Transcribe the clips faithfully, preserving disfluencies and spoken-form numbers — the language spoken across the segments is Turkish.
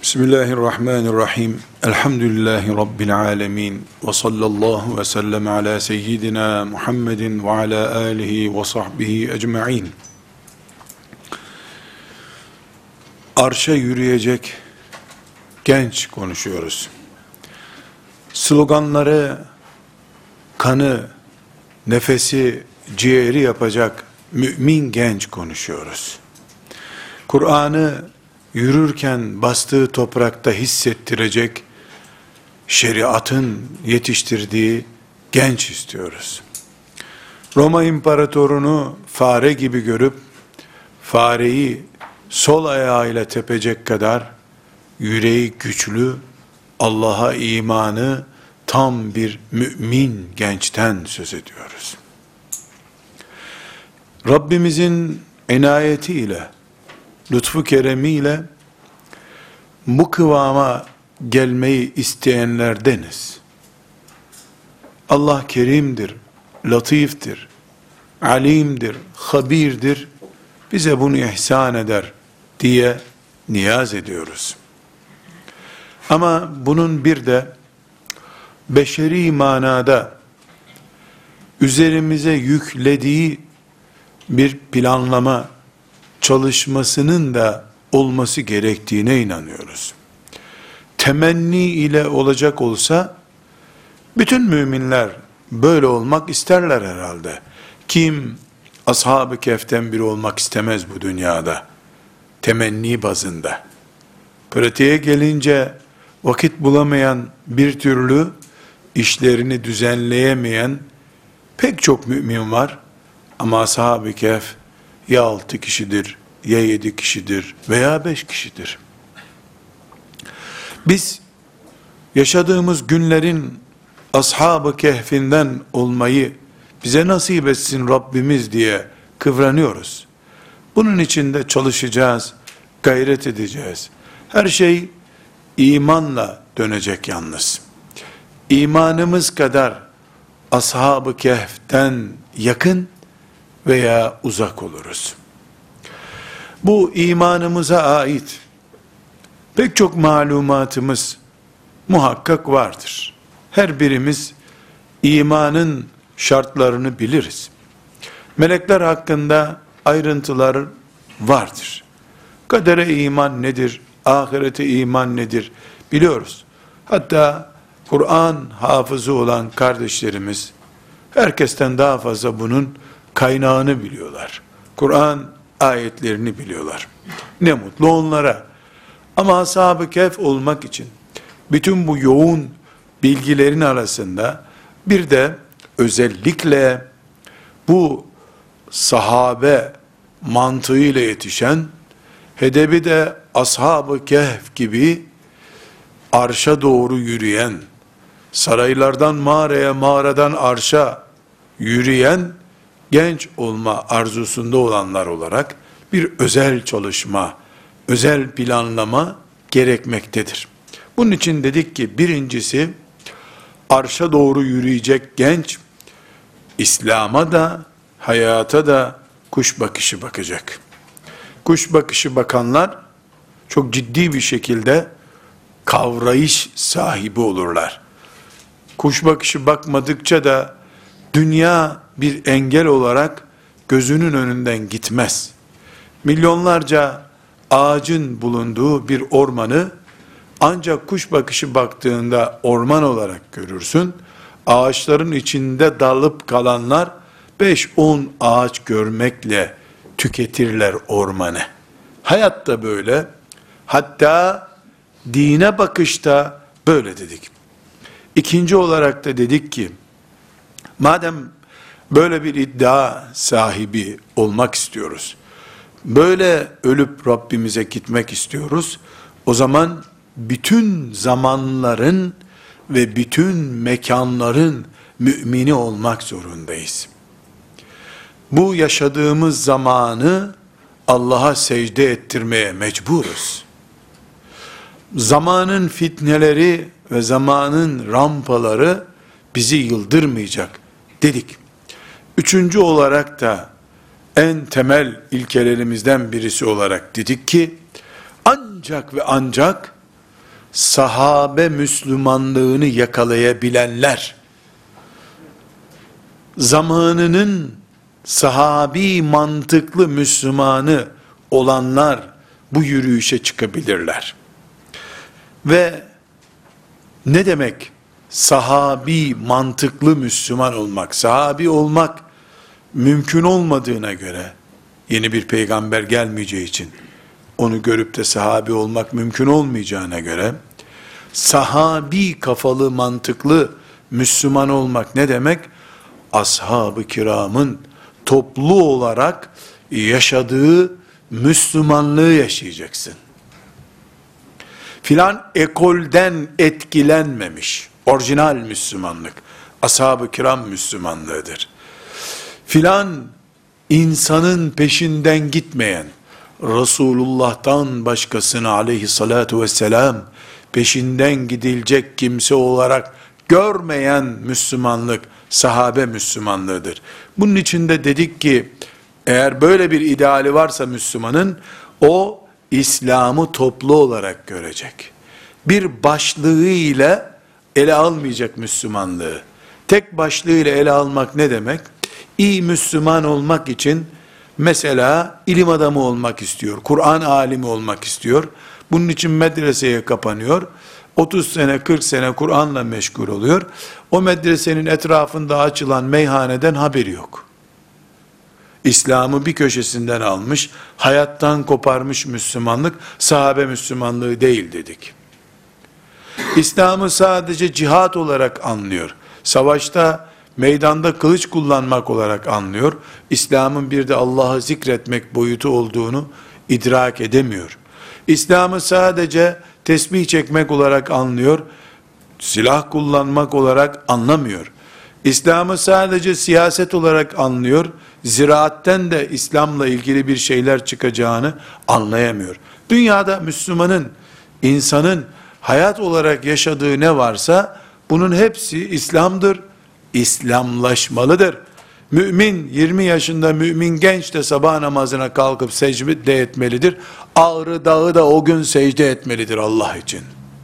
Bismillahirrahmanirrahim. Elhamdülillahi Rabbil alemin. Ve sallallahu ve sellem ala seyyidina Muhammedin ve ala alihi ve sahbihi ecma'in. Arşa yürüyecek genç konuşuyoruz. Sloganları, kanı, nefesi, ciğeri yapacak mümin genç konuşuyoruz. Kur'an'ı yürürken bastığı toprakta hissettirecek şeriatın yetiştirdiği genç istiyoruz. Roma imparatorunu fare gibi görüp fareyi sol ayağıyla tepecek kadar yüreği güçlü, Allah'a imanı tam bir mümin gençten söz ediyoruz. Rabbimizin inayetiyle, lütfu keremiyle bu kıvama gelmeyi isteyenlerdeniz. Allah kerimdir, latiftir, alimdir, habirdir, bize bunu ihsan eder diye niyaz ediyoruz. Ama bunun bir de beşeri manada üzerimize yüklediği bir planlama çalışmasının da olması gerektiğine inanıyoruz. Temenni ile olacak olsa, bütün müminler böyle olmak isterler herhalde. Kim Ashab-ı Kehf'ten biri olmak istemez bu dünyada? Temenni bazında. Pratiğe gelince vakit bulamayan, bir türlü işlerini düzenleyemeyen pek çok mümin var. Ama Ashab-ı Kehf ya altı kişidir, ya yedi kişidir veya beş kişidir. Biz yaşadığımız günlerin Ashab-ı Kehf'inden olmayı bize nasip etsin Rabbimiz diye kıvranıyoruz. Bunun için de çalışacağız, gayret edeceğiz. Her şey imanla dönecek yalnız. İmanımız kadar Ashab-ı Kehf'ten yakın veya uzak oluruz. Bu imanımıza ait pek çok malumatımız muhakkak vardır. Her birimiz imanın şartlarını biliriz. Melekler hakkında ayrıntılar vardır. Kadere iman nedir? Ahirete iman nedir? Biliyoruz. Hatta Kur'an hafızı olan kardeşlerimiz herkesten daha fazla bunun kaynağını biliyorlar. Kur'an ayetlerini biliyorlar. Ne mutlu onlara. Ama Ashab-ı Kehf olmak için bütün bu yoğun bilgilerin arasında bir de özellikle bu sahabe mantığıyla yetişen, hedebi de Ashab-ı Kehf gibi arşa doğru yürüyen, saraylardan mağaraya, mağaradan arşa yürüyen genç olma arzusunda olanlar olarak bir özel çalışma, özel planlama gerekmektedir. Bunun için dedik ki birincisi, arşa doğru yürüyecek genç, İslam'a da, hayata da kuş bakışı bakacak. Kuş bakışı bakanlar, çok ciddi bir şekilde kavrayış sahibi olurlar. Kuş bakışı bakmadıkça da, dünya bir engel olarak gözünün önünden gitmez. Milyonlarca ağacın bulunduğu bir ormanı ancak kuş bakışı baktığında orman olarak görürsün. Ağaçların içinde dalıp kalanlar beş on ağaç görmekle tüketirler ormanı. Hayat da böyle. Hatta dine bakışta böyle dedik. İkinci olarak da dedik ki, madem böyle bir iddia sahibi olmak istiyoruz, böyle ölüp Rabbimize gitmek istiyoruz, o zaman bütün zamanların ve bütün mekanların mümini olmak zorundayız. Bu yaşadığımız zamanı Allah'a secde ettirmeye mecburuz. Zamanın fitneleri ve zamanın rampaları bizi yıldırmayacak dedik. Üçüncü olarak da en temel ilkelerimizden birisi olarak dedik ki, ancak ve ancak sahabe Müslümanlığını yakalayabilenler, zamanının sahabi mantıklı Müslümanı olanlar bu yürüyüşe çıkabilirler. Ve ne demek sahabi mantıklı Müslüman olmak? Sahabi olmak mümkün olmadığına göre, yeni bir peygamber gelmeyeceği için, onu görüp de sahabi olmak mümkün olmayacağına göre, sahabi kafalı mantıklı Müslüman olmak ne demek? Ashab-ı kiramın toplu olarak yaşadığı Müslümanlığı yaşayacaksın. Filan ekolden etkilenmemiş, orijinal Müslümanlık, ashab-ı kiram Müslümanlığıdır. Filan insanın peşinden gitmeyen, Resulullah'tan başkasını aleyhissalatu vesselam peşinden gidilecek kimse olarak görmeyen Müslümanlık, sahabe Müslümanlığıdır. Bunun için de dedik ki, eğer böyle bir ideali varsa Müslümanın, o İslam'ı toplu olarak görecek. Bir başlığıyla ele almayacak Müslümanlığı. Tek başlığıyla ele almak ne demek? İyi Müslüman olmak için, mesela ilim adamı olmak istiyor, Kur'an alimi olmak istiyor. Bunun için medreseye kapanıyor. otuz sene, kırk sene Kur'an'la meşgul oluyor. O medresenin etrafında açılan meyhaneden haberi yok. İslam'ı bir köşesinden almış, hayattan koparmış Müslümanlık, sahabe Müslümanlığı değil dedik. İslam'ı sadece cihat olarak anlıyor. Savaşta, meydanda kılıç kullanmak olarak anlıyor. İslam'ın bir de Allah'ı zikretmek boyutu olduğunu idrak edemiyor. İslam'ı sadece tesbih çekmek olarak anlıyor, silah kullanmak olarak anlamıyor. İslam'ı sadece siyaset olarak anlıyor, ziraatten de İslam'la ilgili bir şeyler çıkacağını anlayamıyor. Dünyada Müslümanın, insanın hayat olarak yaşadığı ne varsa, bunun hepsi İslam'dır, İslamlaşmalıdır. Mümin, yirmi yaşında mümin genç de sabah namazına kalkıp secde etmelidir. Ağrı dağı da o gün secde etmelidir Allah için.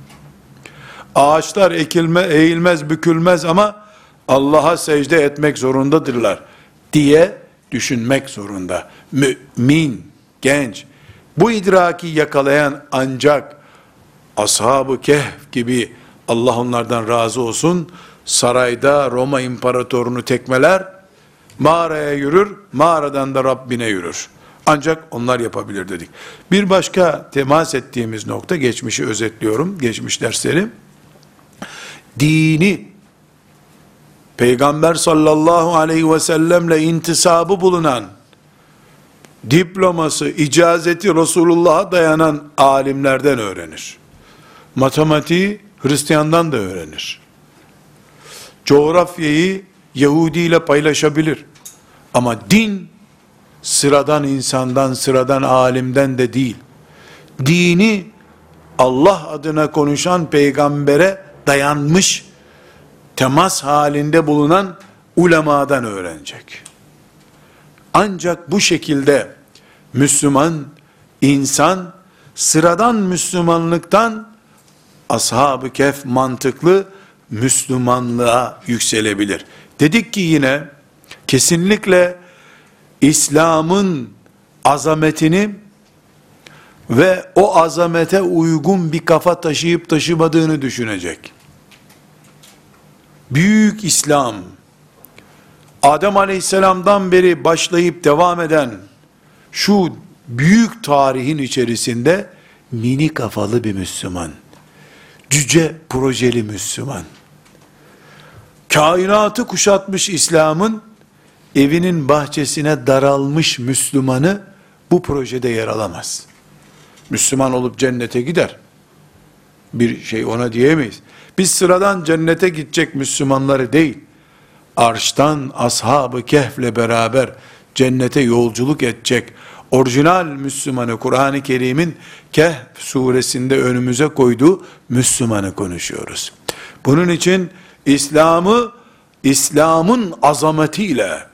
Ağaçlar ekilme, eğilmez, bükülmez ama Allah'a secde etmek zorundadırlar diye düşünmek zorunda. Mümin, genç, bu idraki yakalayan ancak Ashab-ı Kehf gibi, Allah onlardan razı olsun, sarayda Roma imparatorunu tekmeler, mağaraya yürür, mağaradan da Rabbine yürür. Ancak onlar yapabilir dedik. Bir başka temas ettiğimiz nokta, geçmişi özetliyorum, geçmiş dersleri. Dini, Peygamber sallallahu aleyhi ve sellemle intisabı bulunan, diploması, icazeti Resulullah'a dayanan alimlerden öğrenir. Matematiği Hristiyandan da öğrenir. Coğrafyayı Yahudi ile paylaşabilir. Ama din, sıradan insandan, sıradan alimden de değil. Dini, Allah adına konuşan peygambere dayanmış, temas halinde bulunan ulemadan öğrenecek. Ancak bu şekilde Müslüman, insan, sıradan Müslümanlıktan, Ashab-ı Kehf mantıklı Müslümanlığa yükselebilir. Dedik ki yine, kesinlikle İslam'ın azametini ve o azamete uygun bir kafa taşıyıp taşımadığını düşünecek. Büyük İslam, Adem Aleyhisselam'dan beri başlayıp devam eden şu büyük tarihin içerisinde mini kafalı bir Müslüman, cüce projeli Müslüman, kainatı kuşatmış İslam'ın evinin bahçesine daralmış Müslümanı bu projede yer alamaz. Müslüman olup cennete gider. Bir şey ona diyemeyiz. Biz sıradan cennete gidecek Müslümanları değil, arştan Ashab-ı Kehf'le beraber cennete yolculuk edecek orijinal Müslümanı, Kur'an-ı Kerim'in Kehf suresinde önümüze koyduğu Müslümanı konuşuyoruz. Bunun için İslam'ı, İslam'ın azametiyle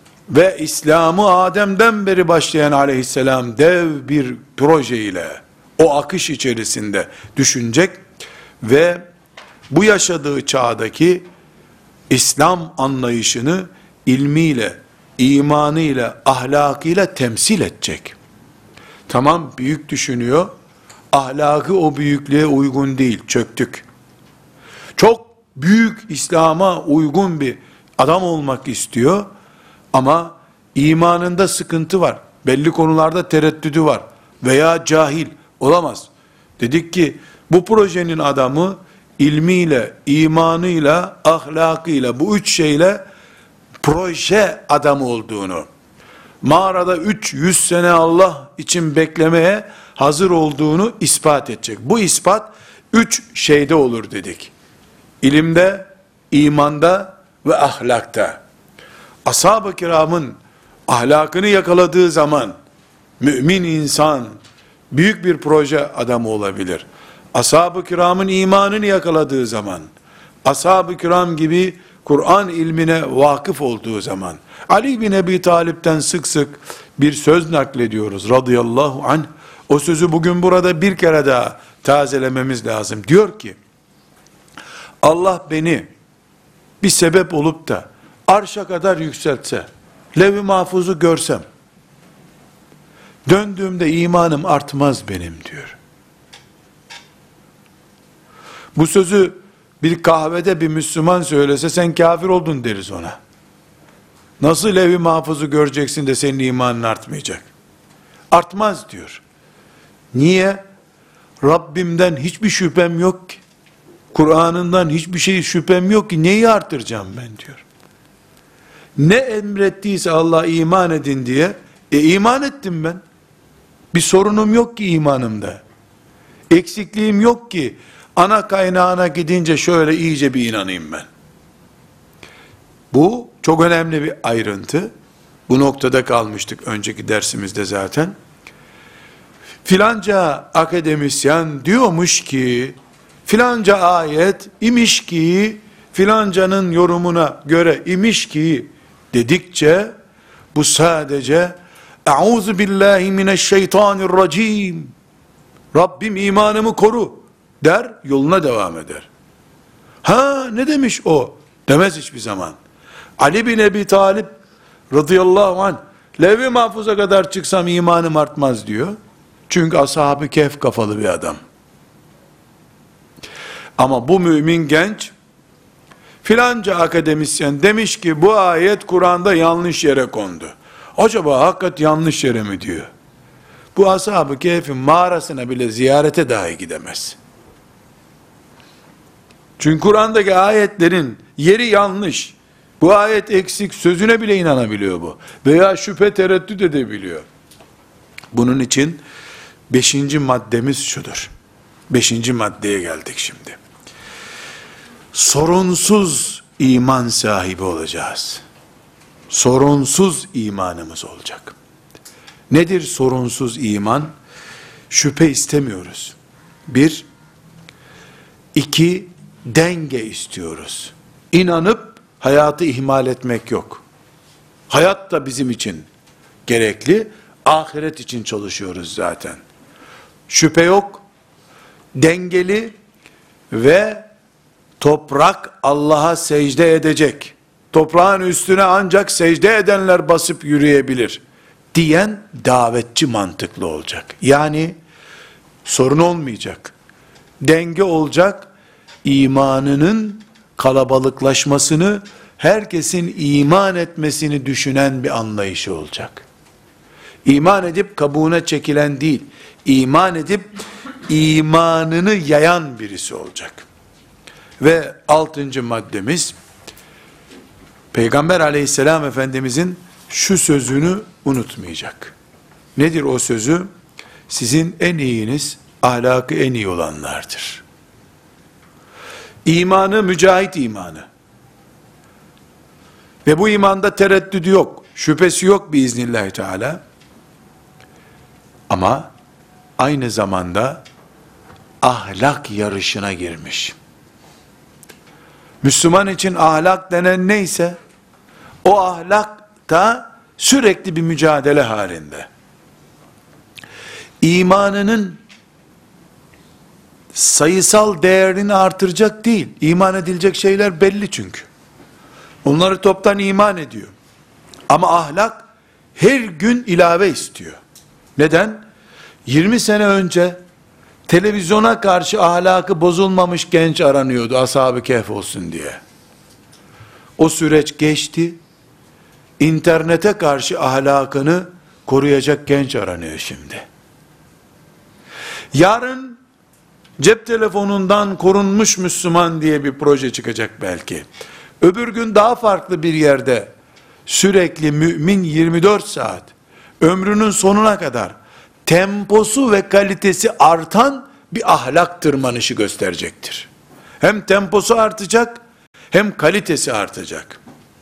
ve İslam'ı Adem'den beri başlayan aleyhisselam dev bir projeyle O akış içerisinde düşünecek ve bu yaşadığı çağdaki İslam anlayışını ilmiyle, imanıyla, ahlakıyla temsil edecek. Tamam, büyük düşünüyor, ahlakı o büyüklüğe uygun değil, çöktük. Çok büyük, İslam'a uygun bir adam olmak istiyor ama imanında sıkıntı var, belli konularda tereddüdü var veya cahil olamaz. Dedik ki bu projenin adamı ilmiyle, imanıyla, ahlakıyla, bu üç şeyle proje adamı olduğunu, mağarada üç yüz sene Allah için beklemeye hazır olduğunu ispat edecek. Bu ispat üç şeyde olur dedik. İlimde, imanda ve ahlakta. Ashab-ı kiramın ahlakını yakaladığı zaman mümin insan büyük bir proje adamı olabilir. Ashab-ı kiramın imanını yakaladığı zaman, ashab-ı kiram gibi Kur'an ilmine vakıf olduğu zaman, Ali bin Ebi Talip'ten sık sık bir söz naklediyoruz radıyallahu anh. O sözü bugün burada bir kere daha tazelememiz lazım. Diyor ki, Allah beni bir sebep olup da arşa kadar yükseltse, Levh-i Mahfuz'u görsem, döndüğümde imanım artmaz benim diyor. Bu sözü bir kahvede bir Müslüman söylese sen kafir oldun deriz ona. Nasıl Levh-i Mahfuz'u göreceksin de senin imanın artmayacak? Artmaz diyor. Niye? Rabbimden hiçbir şüphem yok ki. Kur'an'ından hiçbir şey şüphem yok ki. Neyi artıracağım ben diyor. Ne emrettiyse Allah iman edin diye, e iman ettim ben. Bir sorunum yok ki imanımda. Eksikliğim yok ki. Ana kaynağına gidince şöyle iyice bir inanayım ben. Bu çok önemli bir ayrıntı. Bu noktada kalmıştık önceki dersimizde zaten. Filanca akademisyen diyormuş ki, filanca ayet imiş ki, filancanın yorumuna göre imiş ki dedikçe, bu sadece "Euzu billahi mineşşeytanirracim. Rabbim imanımı koru" der, yoluna devam eder. Ha ne demiş o? Demez hiçbir zaman. Ali bin Ebi Talip radıyallahu anh, Levh-i Mahfuz'a kadar çıksam imanım artmaz diyor. Çünkü ashab-ı kehf kafalı bir adam. Ama bu mümin genç, filanca akademisyen demiş ki bu ayet Kur'an'da yanlış yere kondu. Acaba hakikat yanlış yere mi diyor? Bu ashab-ı kehfin mağarasına bile ziyarete dahi gidemez. Çünkü Kur'an'daki ayetlerin yeri yanlış. Bu ayet eksik sözüne bile inanabiliyor bu. Veya şüphe tereddüt edebiliyor. Bunun için beşinci maddemiz şudur. Beşinci maddeye geldik şimdi. Sorunsuz iman sahibi olacağız. Sorunsuz imanımız olacak. Nedir sorunsuz iman? Şüphe istemiyoruz. Bir, iki, denge istiyoruz. İnanıp hayatı ihmal etmek yok. Hayat da bizim için gerekli, ahiret için çalışıyoruz zaten. Şüphe yok, dengeli ve toprak Allah'a secde edecek. Toprağın üstüne ancak secde edenler basıp yürüyebilir diyen davetçi mantıklı olacak. Yani sorun olmayacak. Denge olacak. İmanının kalabalıklaşmasını, herkesin iman etmesini düşünen bir anlayışı olacak. İman edip kabuğuna çekilen değil, iman edip imanını yayan birisi olacak. Ve altıncı maddemiz, Peygamber aleyhisselam efendimizin şu sözünü unutmayacak. Nedir o sözü? Sizin en iyiniz, ahlakı en iyi olanlardır. İmanı mücahit imanı. Ve bu imanda tereddüdü yok, şüphesi yok biiznillahü teala. Ama aynı zamanda ahlak yarışına girmiş. Müslüman için ahlak denen neyse, o ahlakta sürekli bir mücadele halinde. İmanının sayısal değerini artıracak değil. İman edilecek şeyler belli çünkü. Onları toptan iman ediyor. Ama ahlak her gün ilave istiyor. Neden? yirmi sene önce televizyona karşı ahlakı bozulmamış genç aranıyordu Ashab-ı Kehf olsun diye. O süreç geçti. İnternete karşı ahlakını koruyacak genç aranıyor şimdi. Yarın cep telefonundan korunmuş Müslüman diye bir proje çıkacak belki. Öbür gün daha farklı bir yerde sürekli mümin yirmi dört saat ömrünün sonuna kadar temposu ve kalitesi artan bir ahlak tırmanışı gösterecektir. Hem temposu artacak hem kalitesi artacak.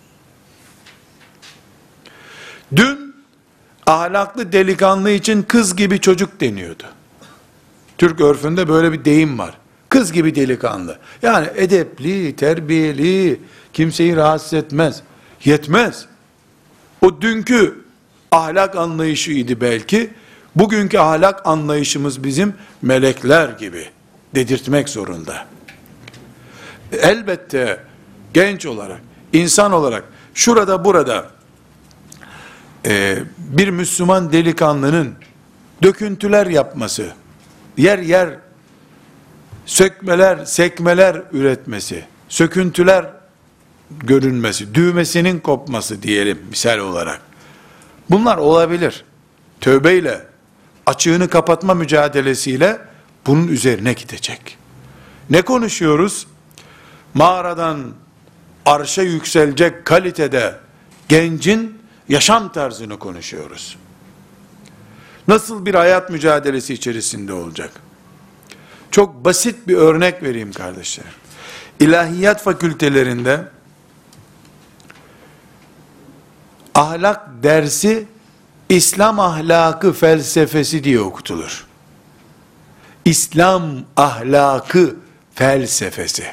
Dün ahlaklı delikanlı için kız gibi çocuk deniyordu. Türk örfünde böyle bir deyim var. Kız gibi delikanlı. Yani edepli, terbiyeli, kimseyi rahatsız etmez. Yetmez. O dünkü ahlak anlayışıydı belki. Bugünkü ahlak anlayışımız bizim melekler gibi dedirtmek zorunda. Elbette genç olarak, insan olarak şurada burada e, bir Müslüman delikanlının döküntüler yapması, yer yer sökmeler, sekmeler üretmesi, söküntüler görünmesi, düğmesinin kopması diyelim misal olarak. Bunlar olabilir. Tövbeyle, açığını kapatma mücadelesiyle bunun üzerine gidecek. Ne konuşuyoruz? Mağaradan arşa yükselecek kalitede gencin yaşam tarzını konuşuyoruz. Nasıl bir hayat mücadelesi içerisinde olacak? Çok basit bir örnek vereyim kardeşler. İlahiyat fakültelerinde ahlak dersi İslam ahlakı felsefesi diye okutulur. İslam ahlakı felsefesi.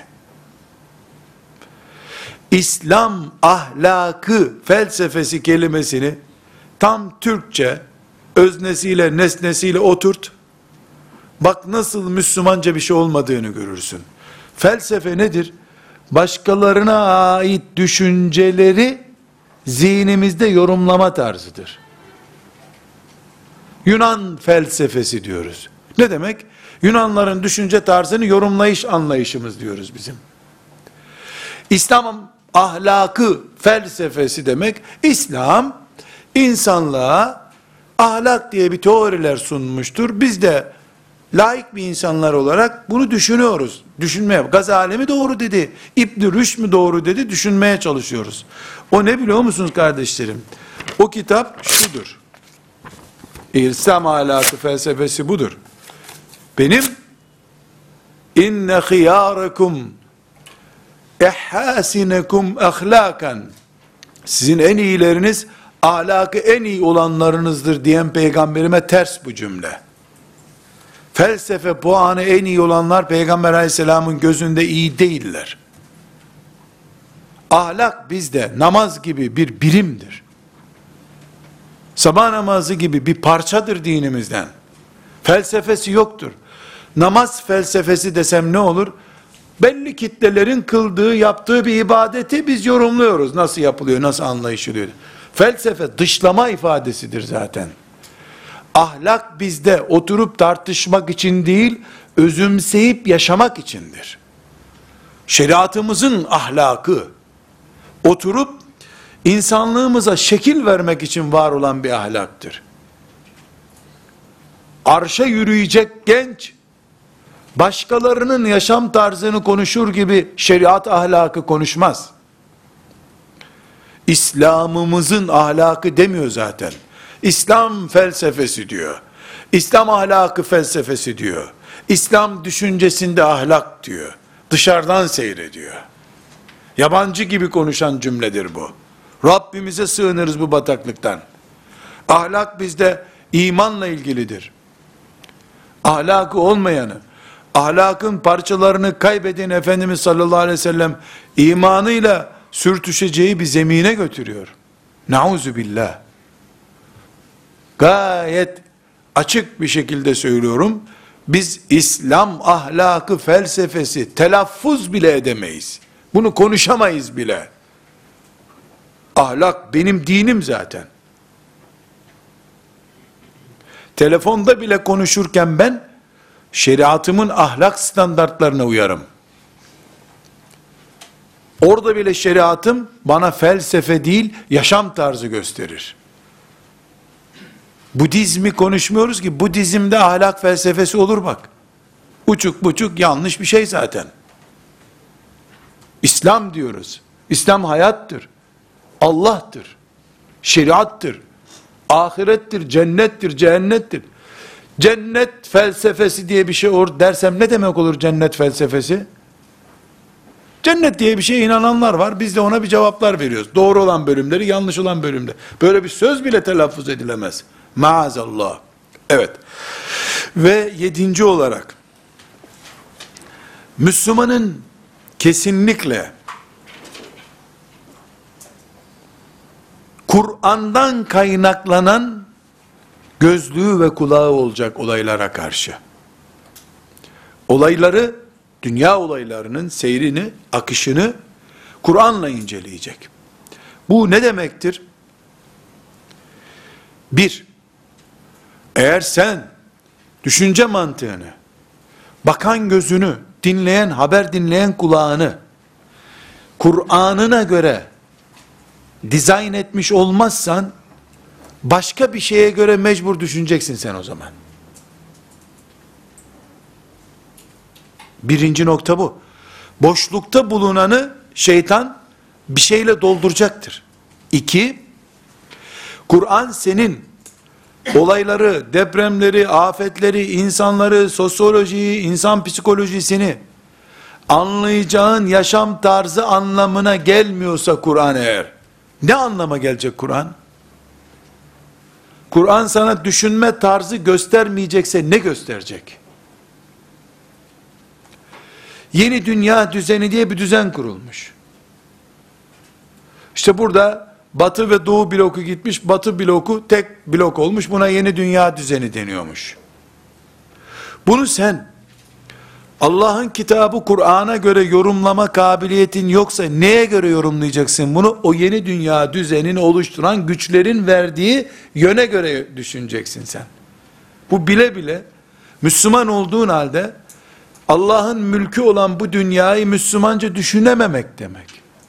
İslam ahlakı felsefesi kelimesini tam Türkçe öznesiyle nesnesiyle oturt. Bak nasıl Müslümanca bir şey olmadığını görürsün. Felsefe nedir? Başkalarına ait düşünceleri zihnimizde yorumlama tarzıdır. Yunan felsefesi diyoruz. Ne demek? Yunanların düşünce tarzını yorumlayış anlayışımız diyoruz bizim. İslam ahlakı felsefesi demek, İslam insanlığa ahlak diye bir teoriler sunmuştur. Biz de laik bir insanlar olarak bunu düşünüyoruz. Düşünmeye, Gazali mi doğru dedi, İbn-i Rüşd mü doğru dedi, düşünmeye çalışıyoruz. O ne biliyor musunuz kardeşlerim? O kitap şudur. İslam ahlakı felsefesi budur. Benim inne hiyârekum ehhâsinekum ahlâken, sizin en iyileriniz ahlakı en iyi olanlarınızdır diyen peygamberime ters bu cümle. Felsefe puanı en iyi olanlar Peygamber aleyhisselamın gözünde iyi değiller. Ahlak bizde namaz gibi bir birimdir. Sabah namazı gibi bir parçadır dinimizden. Felsefesi yoktur. Namaz felsefesi desem ne olur? Belli kitlelerin kıldığı, yaptığı bir ibadeti biz yorumluyoruz. Nasıl yapılıyor, nasıl anlaşılıyor? Felsefe dışlama ifadesidir zaten. Ahlak bizde oturup tartışmak için değil, özümseyip yaşamak içindir. Şeriatımızın ahlakı, oturup insanlığımıza şekil vermek için var olan bir ahlaktır. Arşa yürüyecek genç, başkalarının yaşam tarzını konuşur gibi şeriat ahlakı konuşmaz. İslam'ımızın ahlakı demiyor zaten. İslam felsefesi diyor. İslam ahlakı felsefesi diyor. İslam düşüncesinde ahlak diyor. Dışarıdan seyrediyor. Yabancı gibi konuşan cümledir bu. Rabbimize sığınırız bu bataklıktan. Ahlak bizde imanla ilgilidir. Ahlakı olmayanı, ahlakın parçalarını kaybeden Efendimiz sallallahu aleyhi ve sellem imanıyla sürtüşeceği bir zemine götürüyor. Nauzu billah. Gayet açık bir şekilde söylüyorum. Biz İslam ahlakı, felsefesi telaffuz bile edemeyiz. Bunu konuşamayız bile. Ahlak benim dinim zaten. Telefonda bile konuşurken ben şeriatımın ahlak standartlarına uyarım. Orada bile şeriatım bana felsefe değil, yaşam tarzı gösterir. Budizmi konuşmuyoruz ki, Budizm'de ahlak felsefesi olur bak. Uçuk buçuk yanlış bir şey zaten. İslam diyoruz. İslam hayattır. Allah'tır. Şeriattır. Ahirettir, cennettir, cehennettir. Cennet felsefesi diye bir şey olur dersem ne demek olur cennet felsefesi? Cennet diye bir şeye inananlar var. Biz de ona bir cevaplar veriyoruz. Doğru olan bölümleri, yanlış olan bölümleri. Böyle bir söz bile telaffuz edilemez. Maazallah. Evet. Ve yedinci olarak, Müslümanın kesinlikle Kur'an'dan kaynaklanan gözlüğü ve kulağı olacak olaylara karşı. Olayları, dünya olaylarının seyrini, akışını Kur'an'la inceleyecek. Bu ne demektir? Bir, eğer sen düşünce mantığını, bakan gözünü, dinleyen, haber dinleyen kulağını Kur'an'ına göre dizayn etmiş olmazsan, başka bir şeye göre mecbur düşüneceksin sen o zaman. Birinci nokta bu. Boşlukta bulunanı şeytan bir şeyle dolduracaktır. İki, Kur'an senin olayları, depremleri, afetleri, insanları, sosyolojiyi, insan psikolojisini anlayacağın yaşam tarzı anlamına gelmiyorsa Kur'an eğer, ne anlama gelecek Kur'an? Kur'an sana düşünme tarzı göstermeyecekse ne gösterecek? Yeni dünya düzeni diye bir düzen kurulmuş. İşte burada Batı ve Doğu bloku gitmiş, Batı bloku tek blok olmuş, buna yeni dünya düzeni deniyormuş. Bunu sen Allah'ın kitabı Kur'an'a göre yorumlama kabiliyetin yoksa neye göre yorumlayacaksın bunu? O yeni dünya düzenini oluşturan güçlerin verdiği yöne göre düşüneceksin sen. Bu bile bile Müslüman olduğun halde Allah'ın mülkü olan bu dünyayı Müslümanca düşünememek demek.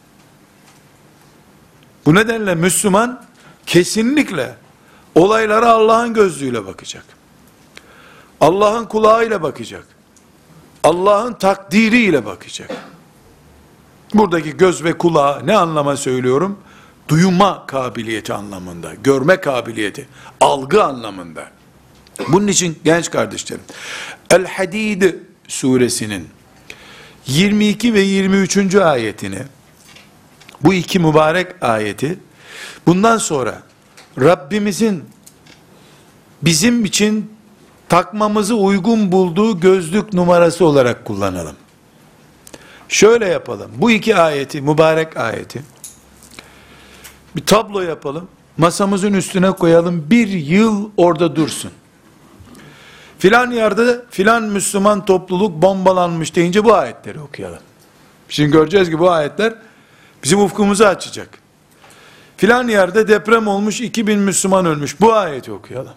Bu nedenle Müslüman kesinlikle olaylara Allah'ın gözlüğüyle bakacak. Allah'ın kulağıyla bakacak. Allah'ın takdiriyle bakacak. Buradaki göz ve kulağı ne anlama söylüyorum? Duyma kabiliyeti anlamında, görme kabiliyeti, algı anlamında. Bunun için genç kardeşlerim, El-Hadid suresinin yirmi iki ve yirmi üçüncü ayetini, bu iki mübarek ayeti, bundan sonra Rabbimizin bizim için takmamızı uygun bulduğu gözlük numarası olarak kullanalım. Şöyle yapalım. Bu iki ayeti, mübarek ayeti, bir tablo yapalım. Masamızın üstüne koyalım. Bir yıl orada dursun. Filan yerde filan Müslüman topluluk bombalanmış deyince bu ayetleri okuyalım. Şimdi göreceğiz ki bu ayetler bizim ufkumuzu açacak. Filan yerde deprem olmuş, iki bin Müslüman ölmüş. Bu ayeti okuyalım.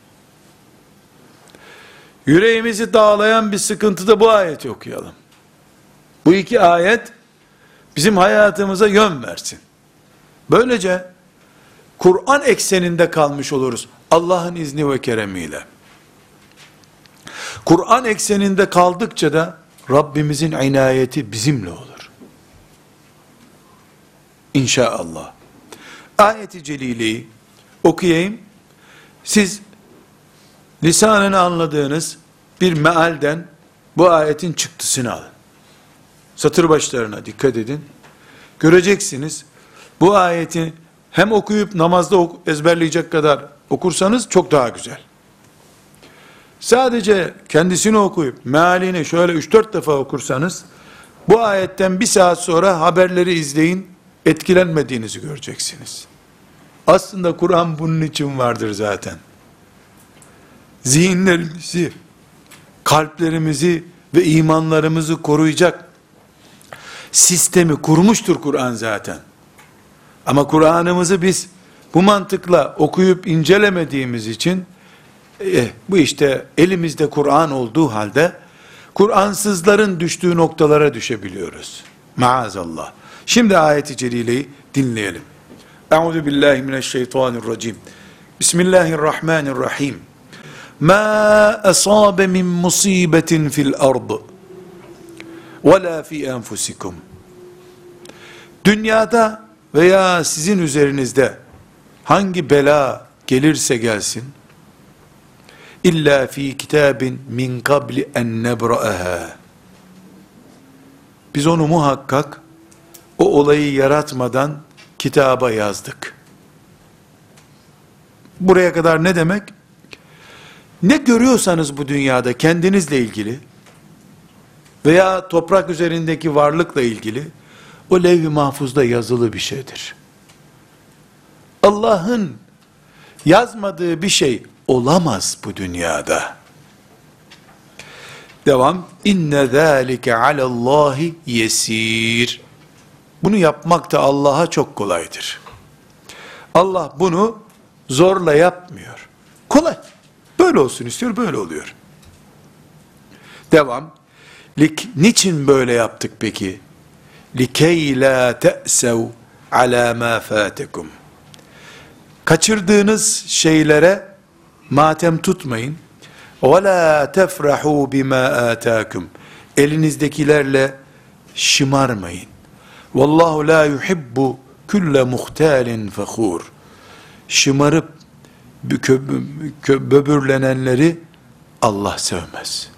Yüreğimizi dağlayan bir sıkıntıda bu ayeti okuyalım. Bu iki ayet bizim hayatımıza yön versin. Böylece Kur'an ekseninde kalmış oluruz. Allah'ın izni ve keremiyle. Kur'an ekseninde kaldıkça da Rabbimizin inayeti bizimle olur. İnşallah. Ayet-i Celile'yi okuyayım. Siz lisanını anladığınız bir mealden bu ayetin çıktısını alın. Satır başlarına dikkat edin. Göreceksiniz, bu ayeti hem okuyup namazda ok- ezberleyecek kadar okursanız çok daha güzel. Sadece kendisini okuyup mealini şöyle üç dört defa okursanız, bu ayetten bir saat sonra haberleri izleyin, etkilenmediğinizi göreceksiniz. Aslında Kur'an bunun için vardır zaten. Zihinlerimizi, kalplerimizi ve imanlarımızı koruyacak sistemi kurmuştur Kur'an zaten. Ama Kur'an'ımızı biz bu mantıkla okuyup incelemediğimiz için eh, bu işte elimizde Kur'an olduğu halde Kur'ansızların düştüğü noktalara düşebiliyoruz. Maazallah. Şimdi ayet-i celileyi dinleyelim. Euzu billahi mineşşeytanirracim. Bismillahirrahmanirrahim. Ma asabe min musibetin fil ard ve la fi enfusikum. Dünyada veya sizin üzerinizde hangi bela gelirse gelsin, illa fi kitabin min qabli en nebra'aha. Biz onu muhakkak o olayı yaratmadan kitaba yazdık. Buraya kadar ne demek? Ne görüyorsanız bu dünyada kendinizle ilgili veya toprak üzerindeki varlıkla ilgili o levh-i mahfuzda yazılı bir şeydir. Allah'ın yazmadığı bir şey olamaz bu dünyada. Devam. İnne zâlike alallâhi yesîr. Bunu yapmak da Allah'a çok kolaydır. Allah bunu zorla yapmıyor. Kolay. Böyle olsun istiyor, böyle oluyor. Devam. Lik, niçin böyle yaptık peki? Likey la te'sev ala ma fâtekum. Kaçırdığınız şeylere matem tutmayın. Ve la tefrahu bima ataakum. Elinizdekilerle şımarmayın. Vallahu la yuhibbu kulle muhtalin fakhur. Şımarıp böbürlenenleri Allah sevmez.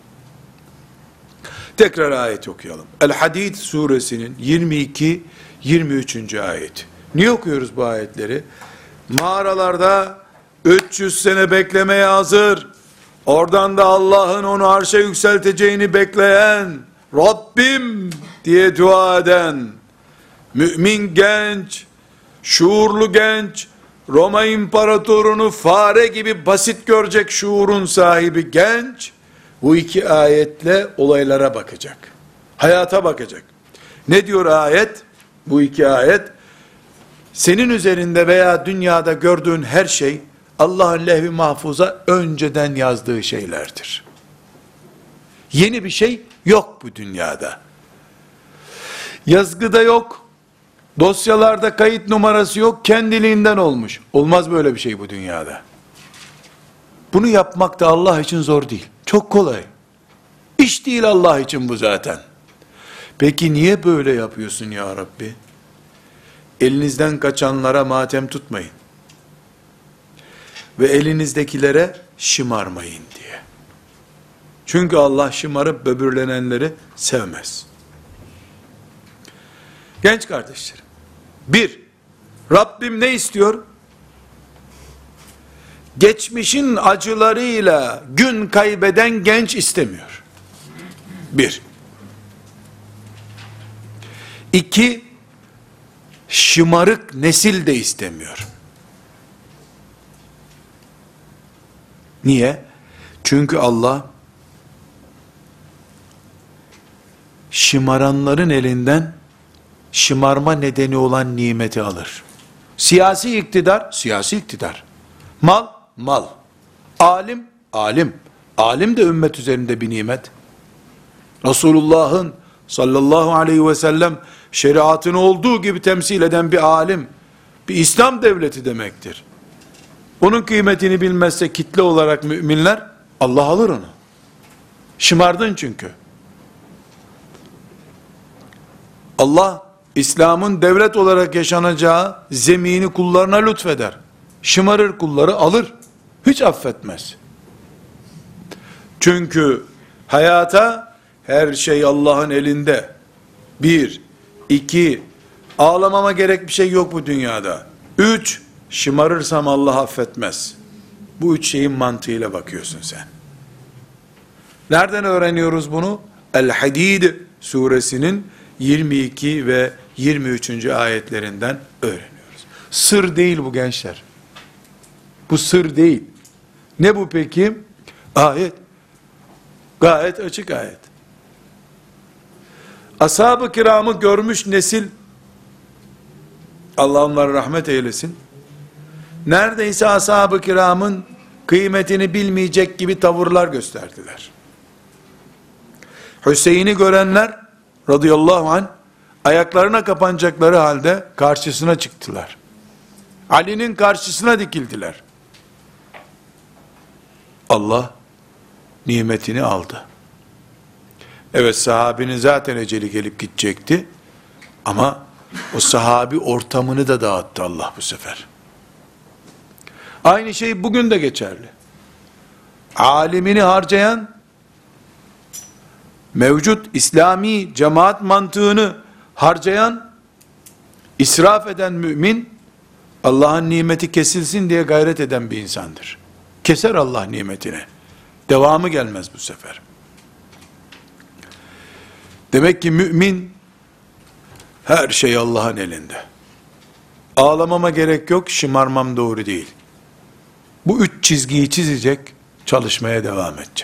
Tekrar ayet okuyalım. El-Hadid suresinin yirmi iki yirmi üçüncü ayet. Niye okuyoruz bu ayetleri? Mağaralarda üç yüz sene beklemeye hazır, oradan da Allah'ın onu arşa yükselteceğini bekleyen, Rabbim diye dua eden, mümin genç, şuurlu genç, Roma imparatorunu fare gibi basit görecek şuurun sahibi genç, bu iki ayetle olaylara bakacak. Hayata bakacak. Ne diyor ayet? Bu iki ayet, senin üzerinde veya dünyada gördüğün her şey, Allah'ın levh-i mahfuza önceden yazdığı şeylerdir. Yeni bir şey yok bu dünyada. Yazgıda yok, dosyalarda kayıt numarası yok, kendiliğinden olmuş. Olmaz böyle bir şey bu dünyada. Bunu yapmak da Allah için zor değil. Çok kolay. İş değil Allah için bu zaten. Peki niye böyle yapıyorsun ya Rabbi? Elinizden kaçanlara matem tutmayın. Ve elinizdekilere şımarmayın diye. Çünkü Allah şımarıp böbürlenenleri sevmez. Genç kardeşlerim, bir, Rabbim ne istiyor? Geçmişin acılarıyla gün kaybeden genç istemiyor. Bir. İki, şımarık nesil de istemiyor. Niye? Çünkü Allah şımaranların elinden şımarma nedeni olan nimeti alır. Siyasi iktidar, siyasi iktidar. Mal, mal. Alim, alim. Alim de ümmet üzerinde bir nimet. Resulullah'ın sallallahu aleyhi ve sellem şeriatını olduğu gibi temsil eden bir alim, bir İslam devleti demektir. Onun kıymetini bilmezse kitle olarak müminler, Allah alır onu. Şımardın çünkü. Allah, İslam'ın devlet olarak yaşanacağı zemini kullarına lütfeder. Şımarır kulları alır. Hiç affetmez. Çünkü hayata her şey Allah'ın elinde. Bir, iki, ağlamama gerek bir şey yok bu dünyada. Üç, şımarırsam Allah affetmez. Bu üç şeyin mantığıyla bakıyorsun sen. Nereden öğreniyoruz bunu? El-Hadid suresinin yirmi iki ve yirmi üçüncü ayetlerinden öğreniyoruz. Sır değil bu gençler. Bu sır değil. Ne bu peki? Ayet. Gayet açık ayet. Ashab-ı kiramı görmüş nesil, Allah onlara rahmet eylesin, neredeyse ashab-ı kiramın kıymetini bilmeyecek gibi tavırlar gösterdiler. Hüseyin'i görenler radıyallahu anh ayaklarına kapanacakları halde karşısına çıktılar. Ali'nin karşısına dikildiler. Allah nimetini aldı. Evet, sahabinin zaten eceli gelip gidecekti. Ama o sahabi ortamını da dağıttı Allah bu sefer. Aynı şey bugün de geçerli. Alimini harcayan, mevcut İslami cemaat mantığını harcayan, israf eden mümin, Allah'ın nimeti kesilsin diye gayret eden bir insandır. Keser Allah nimetine. Devamı gelmez bu sefer. Demek ki mümin, her şey Allah'ın elinde. Ağlamama gerek yok, şımarmam doğru değil. Bu üç çizgiyi çizecek, çalışmaya devam edecek.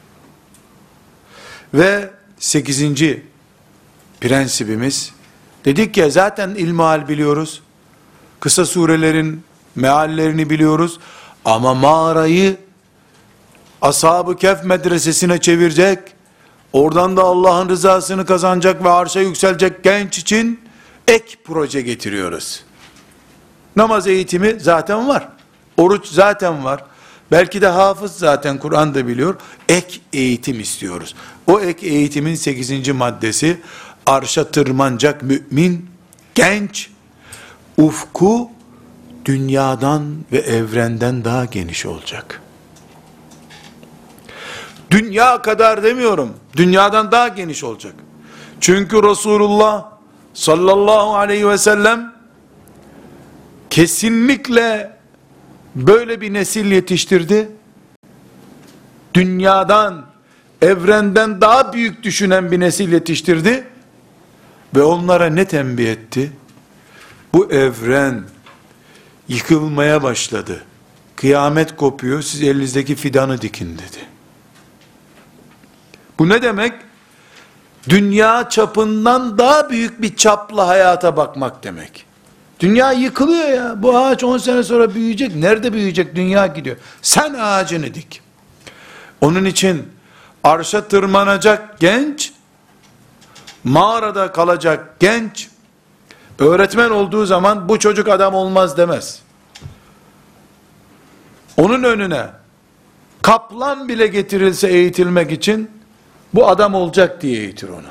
Ve sekizinci prensibimiz, dedik ya zaten ilmihal biliyoruz, kısa surelerin meallerini biliyoruz, ama mağarayı Ashab-ı Kehf medresesine çevirecek, oradan da Allah'ın rızasını kazanacak ve arşa yükselecek genç için ek proje getiriyoruz. Namaz eğitimi zaten var. Oruç zaten var. Belki de hafız zaten Kur'an da biliyor. Ek eğitim istiyoruz. O ek eğitimin sekizinci maddesi, arşa tırmanacak mümin, genç, ufku dünyadan ve evrenden daha geniş olacak. Dünya kadar demiyorum, dünyadan daha geniş olacak. Çünkü Resulullah sallallahu aleyhi ve sellem kesinlikle böyle bir nesil yetiştirdi. Dünyadan, evrenden daha büyük düşünen bir nesil yetiştirdi. Ve onlara ne tembih etti? Bu evren yıkılmaya başladı. Kıyamet kopuyor, siz elinizdeki fidanı dikin dedi. Bu ne demek? Dünya çapından daha büyük bir çapla hayata bakmak demek. Dünya yıkılıyor ya. Bu ağaç on sene sonra büyüyecek. Nerede büyüyecek? Dünya gidiyor. Sen ağacını dik. Onun için arşa tırmanacak genç, mağarada kalacak genç, öğretmen olduğu zaman bu çocuk adam olmaz demez. Onun önüne kaplan bile getirilse eğitilmek için, bu adam olacak diye eğitir onu.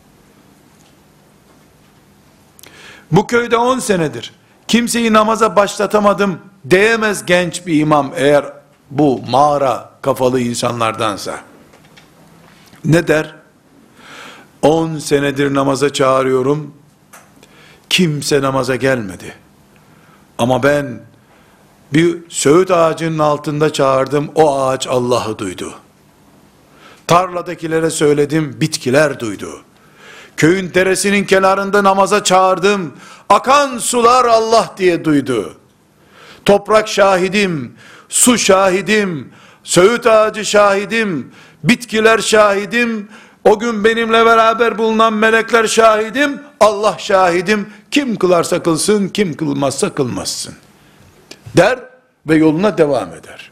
Bu köyde on senedir kimseyi namaza başlatamadım diyemez genç bir imam, eğer bu mağara kafalı insanlardansa. Ne der? on senedir namaza çağırıyorum, kimse namaza gelmedi. Ama ben bir söğüt ağacının altında çağırdım, o ağaç Allah'ı duydu. Tarladakilere söyledim, bitkiler duydu. Köyün deresinin kenarında namaza çağırdım, akan sular Allah diye duydu. Toprak şahidim, su şahidim, söğüt ağacı şahidim, bitkiler şahidim, o gün benimle beraber bulunan melekler şahidim, Allah şahidim, kim kılarsa kılsın, kim kılmazsa kılmazsın der ve yoluna devam eder.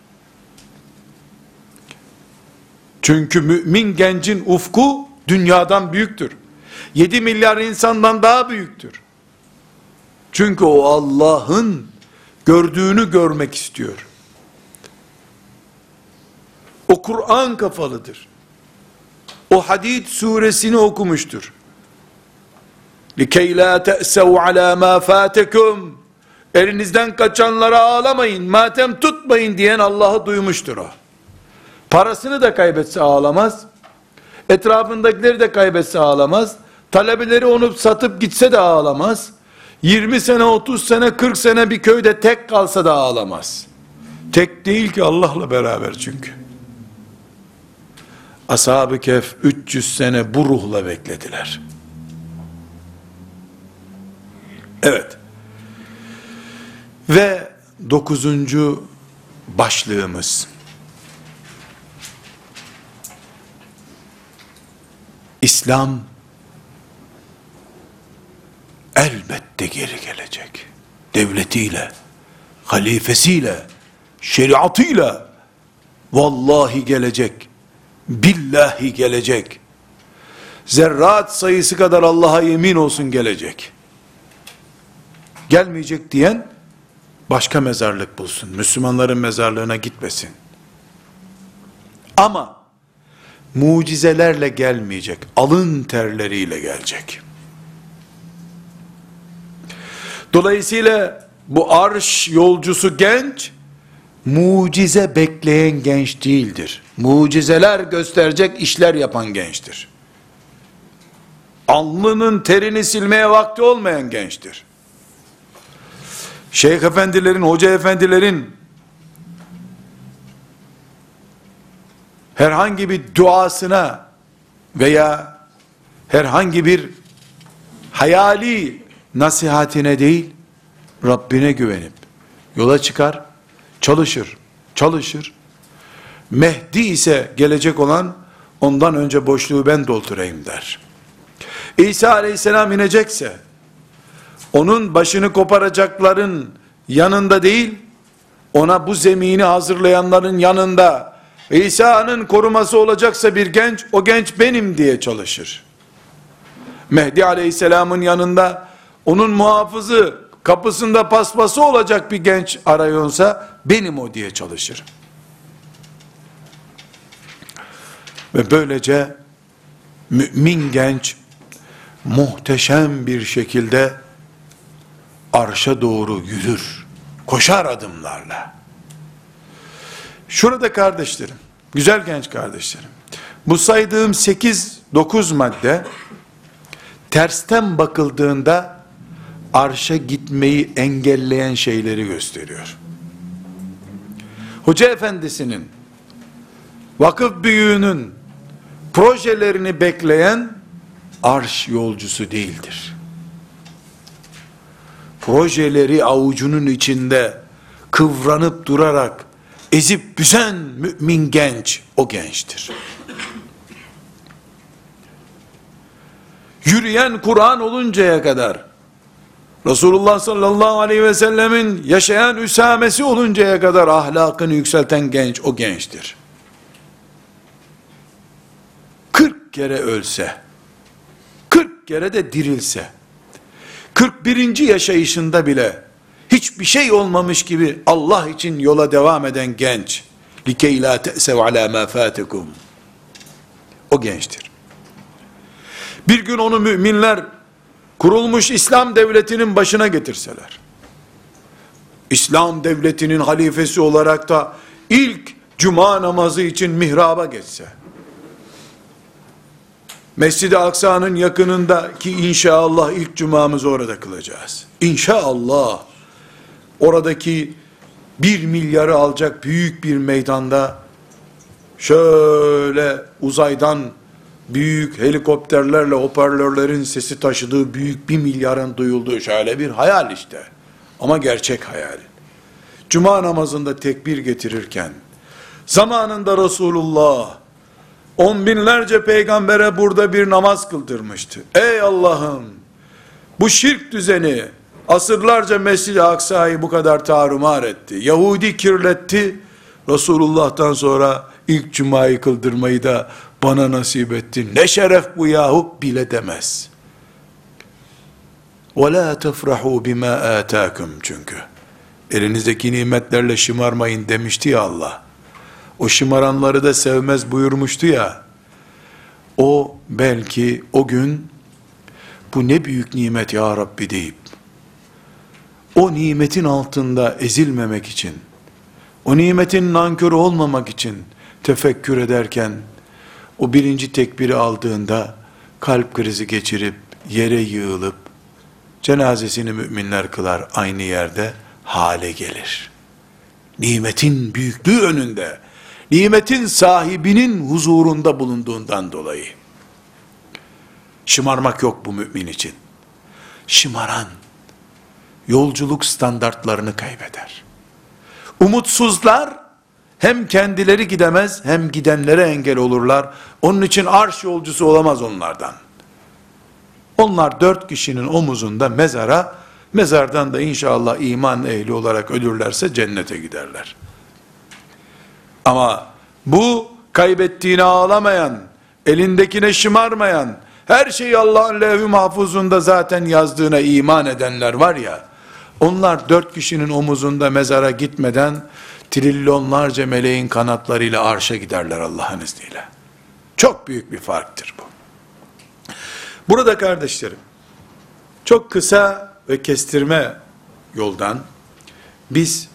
Çünkü mümin gencin ufku dünyadan büyüktür. yedi milyar insandan daha büyüktür. Çünkü o Allah'ın gördüğünü görmek istiyor. O Kur'an kafalıdır. O Hadid suresini okumuştur. لِكَيْ لَا تَأْسَوْا عَلَى مَا فَاتَكُمْ Elinizden kaçanlara ağlamayın, matem tutmayın diyen Allah'ı duymuştur o. Parasını da kaybetse ağlamaz, etrafındakileri de kaybetse ağlamaz, talebeleri onu satıp gitse de ağlamaz, yirmi sene, otuz sene, kırk sene bir köyde tek kalsa da ağlamaz. Tek değil ki, Allah'la beraber çünkü. Ashab-ı Kehf üç yüz sene bu ruhla beklediler. Evet. Ve dokuzuncu başlığımız, İslam elbette geri gelecek. Devletiyle, halifesiyle, şeriatıyla vallahi gelecek. Billahi gelecek. Zerrat sayısı kadar Allah'a yemin olsun gelecek. Gelmeyecek diyen başka mezarlık bulsun. Müslümanların mezarlığına gitmesin. Ama mucizelerle gelmeyecek. Alın terleriyle gelecek. Dolayısıyla bu arş yolcusu genç, mucize bekleyen genç değildir. Mucizeler gösterecek işler yapan gençtir. Alnının terini silmeye vakti olmayan gençtir. Şeyh efendilerin, hoca efendilerin herhangi bir duasına veya herhangi bir hayali nasihatine değil, Rabbine güvenip yola çıkar, çalışır, çalışır. Mehdi ise gelecek olan, ondan önce boşluğu ben doldurayım der. İsa aleyhisselam inecekse, onun başını koparacakların yanında değil, ona bu zemini hazırlayanların yanında, İsa'nın koruması olacaksa bir genç, o genç benim diye çalışır. Mehdi aleyhisselamın yanında, onun muhafızı, kapısında paspası olacak bir genç arıyorsa, benim o diye çalışır. Ve böylece, mümin genç, muhteşem bir şekilde, arşa doğru yürür, koşar adımlarla. Şurada kardeşlerim, güzel genç kardeşlerim, bu saydığım sekiz dokuz madde, tersten bakıldığında, arşa gitmeyi engelleyen şeyleri gösteriyor. Hoca efendisinin, vakıf büyüğünün, projelerini bekleyen, arş yolcusu değildir. Projeleri avucunun içinde, kıvranıp durarak, ezip büzen mümin genç, o gençtir. Yürüyen Kur'an oluncaya kadar, Resulullah sallallahu aleyhi ve sellemin yaşayan Üsamesi oluncaya kadar ahlakını yükselten genç, o gençtir. kırk kere ölse, kırk kere de dirilse, kırk birinci yaşayışında bile, hiçbir şey olmamış gibi Allah için yola devam eden genç, likey la te'sev ala ma fatikum, o gençtir. Bir gün onu müminler, kurulmuş İslam devletinin başına getirseler, İslam devletinin halifesi olarak da, ilk cuma namazı için mihraba geçse, Mescid-i Aksa'nın yakınında ki inşallah ilk cumamızı orada kılacağız. İnşallah oradaki bir milyarı alacak büyük bir meydanda şöyle uzaydan büyük helikopterlerle hoparlörlerin sesi taşıdığı büyük bir milyarın duyulduğu şöyle bir hayal işte. Ama gerçek hayal. Cuma namazında tekbir getirirken zamanında Resulullah on binlerce peygambere burada bir namaz kıldırmıştı. Ey Allah'ım, bu şirk düzeni asırlarca Mescid-i Aksa'yı bu kadar tarumar etti. Yahudi kirletti. Resulullah'tan sonra ilk cumayı kıldırmayı da bana nasip etti. Ne şeref bu yahu bile demez. وَلَا تَفْرَحُوا بِمَا آتَاكُمْ çünkü. Elinizdeki nimetlerle şımarmayın demişti ya Allah. O şımaranları da sevmez buyurmuştu ya. O belki o gün bu ne büyük nimet ya Rabbi deyip o nimetin altında ezilmemek için, o nimetin nankörü olmamak için tefekkür ederken o birinci tekbiri aldığında kalp krizi geçirip yere yığılıp cenazesini müminler kılar aynı yerde hale gelir. Nimetin büyüklüğü önünde, nimetin sahibinin huzurunda bulunduğundan dolayı. Şımarmak yok bu mümin için. Şımaran, yolculuk standartlarını kaybeder. Umutsuzlar, Hem kendileri gidemez, hem gidenlere engel olurlar. Onun için arş yolcusu olamaz onlardan. Onlar dört kişinin omuzunda mezara, mezardan da inşallah iman ehli olarak ölürlerse cennete giderler. Ama bu kaybettiğine ağlamayan, elindekine şımarmayan, her şeyi Allah'ın levh-i mahfuzunda zaten yazdığına iman edenler var ya, onlar dört kişinin omuzunda mezara gitmeden, trilyonlarca meleğin kanatlarıyla arşa giderler Allah'ın izniyle. Çok büyük bir farktır bu. Burada kardeşlerim, çok kısa ve kestirme yoldan, biz,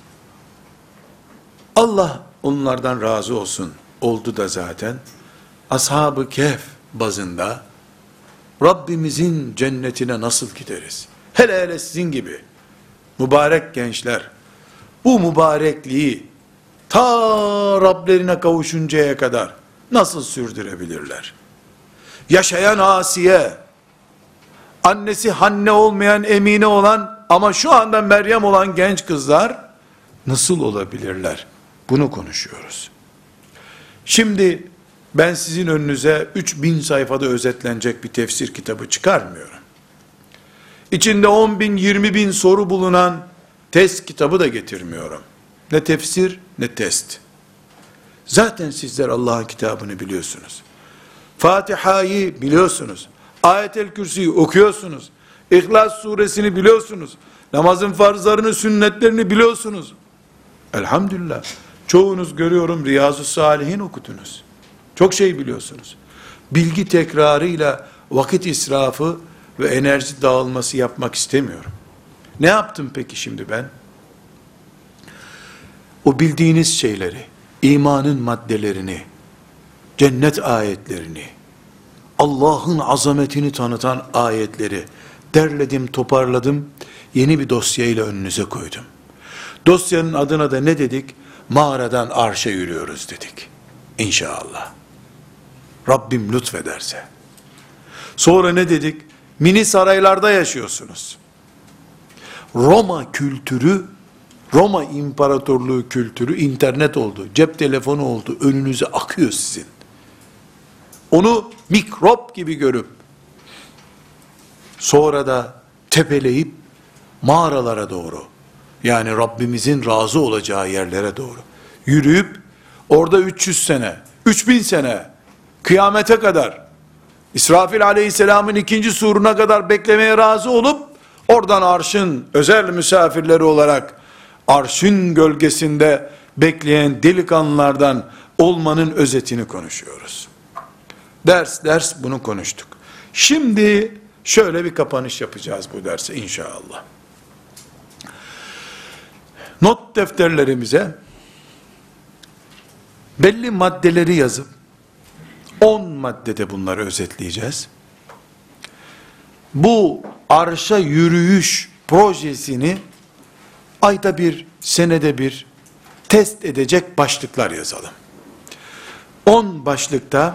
Allah onlardan razı olsun, oldu da zaten, Ashab-ı Kehf bazında, Rabbimizin cennetine nasıl gideriz? Hele hele sizin gibi, mübarek gençler, bu mübarekliği, ta Rablerine kavuşuncaya kadar, nasıl sürdürebilirler? Yaşayan Asiye, annesi Hanne olmayan, Emine olan, ama şu anda Meryem olan genç kızlar, nasıl olabilirler? Bunu konuşuyoruz. Şimdi, ben sizin önünüze üç bin sayfada özetlenecek bir tefsir kitabı çıkarmıyorum. İçinde on bin, yirmi bin soru bulunan test kitabı da getirmiyorum. Ne tefsir, ne test. Zaten sizler Allah'ın kitabını biliyorsunuz. Fatiha'yı biliyorsunuz. Ayet-el Kürsi'yi okuyorsunuz. İhlas suresini biliyorsunuz. Namazın farzlarını, sünnetlerini biliyorsunuz. Elhamdülillah. Çoğunuz görüyorum Riyazu Salihin okudunuz. Çok şey biliyorsunuz. Bilgi tekrarıyla vakit israfı ve enerji dağılması yapmak istemiyorum. Ne yaptım peki şimdi ben? O bildiğiniz şeyleri, imanın maddelerini, cennet ayetlerini, Allah'ın azametini tanıtan ayetleri derledim, toparladım, yeni bir dosyayla önünüze koydum. Dosyanın adına da ne dedik? Mağaradan arşa yürüyoruz dedik. İnşallah. Rabbim lütfederse. Sonra ne dedik? Mini saraylarda yaşıyorsunuz. Roma kültürü, Roma İmparatorluğu kültürü internet oldu, cep telefonu oldu, önünüze akıyor sizin. Onu mikrop gibi görüp, sonra da tepeleyip, mağaralara doğru, yani Rabbimizin razı olacağı yerlere doğru yürüyüp, orada üç yüz sene, üç bin sene, kıyamete kadar, İsrafil aleyhisselamın ikinci suruna kadar beklemeye razı olup, oradan arşın özel misafirleri olarak, arşın gölgesinde bekleyen delikanlılardan olmanın özetini konuşuyoruz. Ders ders bunu konuştuk. Şimdi şöyle bir kapanış yapacağız bu derse inşallah. Not defterlerimize belli maddeleri yazıp on maddede bunları özetleyeceğiz. Bu arşa yürüyüş projesini ayda bir, senede bir test edecek başlıklar yazalım. on başlıkta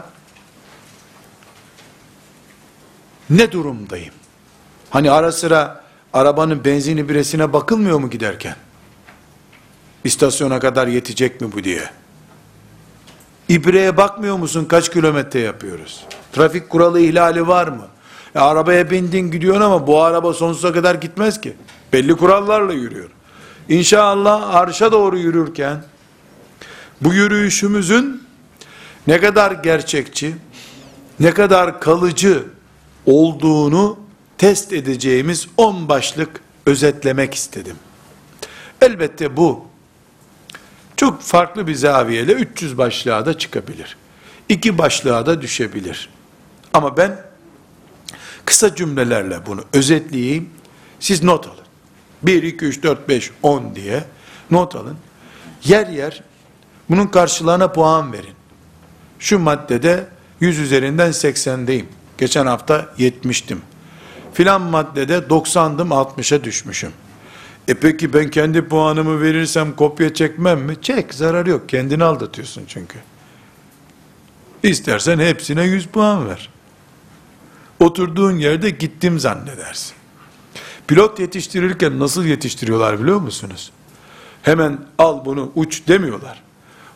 ne durumdayım? Hani ara sıra arabanın benzini biresine bakılmıyor mu giderken? İstasyona kadar yetecek mi bu diye. İbreye bakmıyor musun kaç kilometre yapıyoruz? Trafik kuralı ihlali var mı? Ya arabaya bindin gidiyorsun ama bu araba sonsuza kadar gitmez ki. Belli kurallarla yürüyor. İnşallah arşa doğru yürürken bu yürüyüşümüzün ne kadar gerçekçi, ne kadar kalıcı olduğunu test edeceğimiz on başlık özetlemek istedim. Elbette bu çok farklı bir zaviyeyle üç yüz başlığa da çıkabilir. iki başlığa da düşebilir. Ama ben kısa cümlelerle bunu özetleyeyim. Siz not alın. bir, iki, üç, dört, beş, on diye not alın. Yer yer bunun karşılığına puan verin. Şu maddede yüz üzerinden seksendeyim. Geçen hafta yetmiştim. Filan maddede doksandım, altmışa düşmüşüm. E peki ben kendi puanımı verirsem kopya çekmem mi? Çek, zararı yok. Kendini aldatıyorsun çünkü. İstersen hepsine yüz puan ver. Oturduğun yerde gittim zannedersin. Pilot yetiştirirken nasıl yetiştiriyorlar biliyor musunuz? Hemen al bunu uç demiyorlar.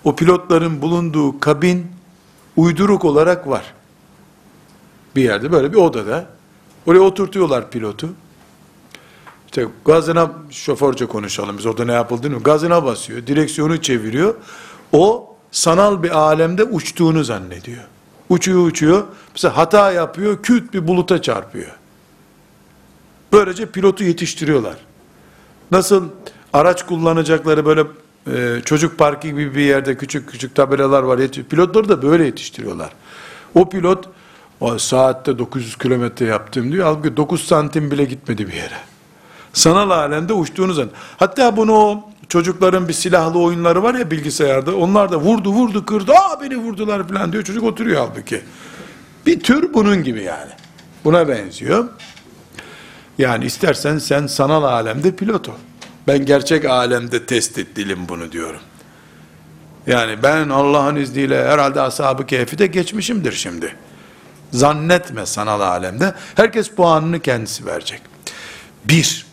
o pilotların bulunduğu kabin uyduruk olarak var. Bir yerde böyle bir odada. Oraya oturtuyorlar pilotu. İşte gazına, şoförce konuşalım biz orada ne yapıldığını, gazına basıyor, direksiyonu çeviriyor. O sanal bir alemde uçtuğunu zannediyor. Uçuyor uçuyor. Mesela hata yapıyor, küt bir buluta çarpıyor. Böylece pilotu yetiştiriyorlar. Nasıl araç kullanacakları böyle e, çocuk parkı gibi bir yerde küçük küçük tabelalar var. Pilotları da böyle yetiştiriyorlar. O pilot o saatte dokuz yüz kilometre yaptım diyor. Halbuki dokuz santim bile gitmedi bir yere. Sanal alemde uçtuğunu zannediyor. Hatta bunu o çocukların bir silahlı oyunları var ya bilgisayarda. Onlar da vurdu vurdu kırdı. Aa beni vurdular falan diyor. Çocuk oturuyor halbuki. Bir tür bunun gibi yani. Buna benziyor. Yani istersen sen sanal alemde pilot ol. Ben gerçek alemde test ettim bunu diyorum. Yani ben Allah'ın izniyle herhalde Ashab-ı Kehf'i de geçmişimdir şimdi. Zannetme sanal alemde. Herkes puanını kendisi verecek. Bir,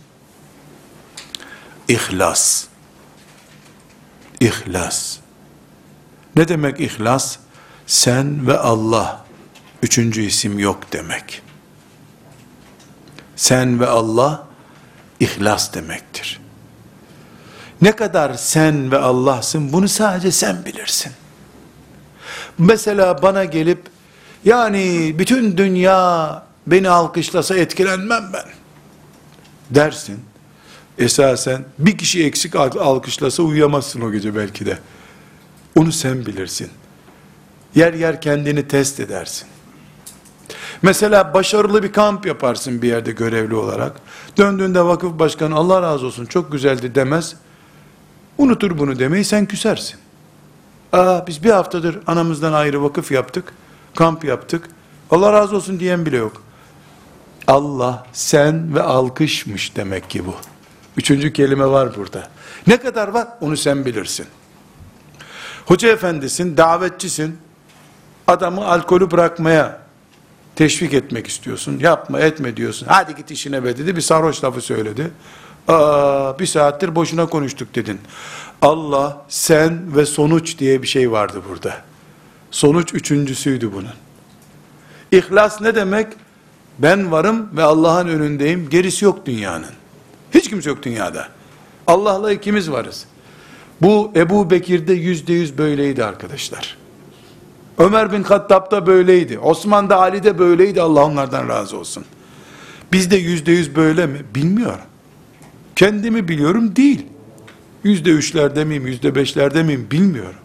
İhlas. İhlas. Ne demek ihlas? Sen ve Allah. Üçüncü isim yok demek. Sen ve Allah ihlas demektir. Ne kadar sen ve Allah'sın bunu sadece sen bilirsin. Mesela bana gelip yani bütün dünya beni alkışlasa etkilenmem ben dersin. Esasen bir kişi eksik alkışlasa uyuyamazsın o gece belki de. Onu sen bilirsin. Yer yer kendini test edersin. Mesela başarılı bir kamp yaparsın bir yerde görevli olarak. Döndüğünde vakıf başkanı Allah razı olsun çok güzeldi demez. Unutur bunu demeyi, sen küsersin. Aa biz bir haftadır anamızdan ayrı vakıf yaptık. Kamp yaptık. Allah razı olsun diyen bile yok. Allah, sen ve alkışmış demek ki bu. Üçüncü kelime var burada. Ne kadar var onu sen bilirsin. Hoca efendisin, davetçisin. Adamı alkolü bırakmaya teşvik etmek istiyorsun. Yapma etme diyorsun. Hadi git işine be dedi. Bir sarhoş lafı söyledi. Aa, bir saattir boşuna konuştuk dedin. Allah, sen ve sonuç diye bir şey vardı burada. Sonuç üçüncüsüydü bunun. İhlas ne demek? Ben varım ve Allah'ın önündeyim. Gerisi yok dünyanın. Hiç kimse yok dünyada. Allah'la ikimiz varız. Bu Ebu Bekir'de yüzde yüz böyleydi arkadaşlar. Ömer bin Hattab da böyleydi. Osman da Ali de böyleydi. Allah onlardan razı olsun. Bizde yüzde yüz böyle mi? Bilmiyorum. Kendimi biliyorum değil. Yüzde üçlerde miyim, yüzde beşlerde miyim bilmiyorum.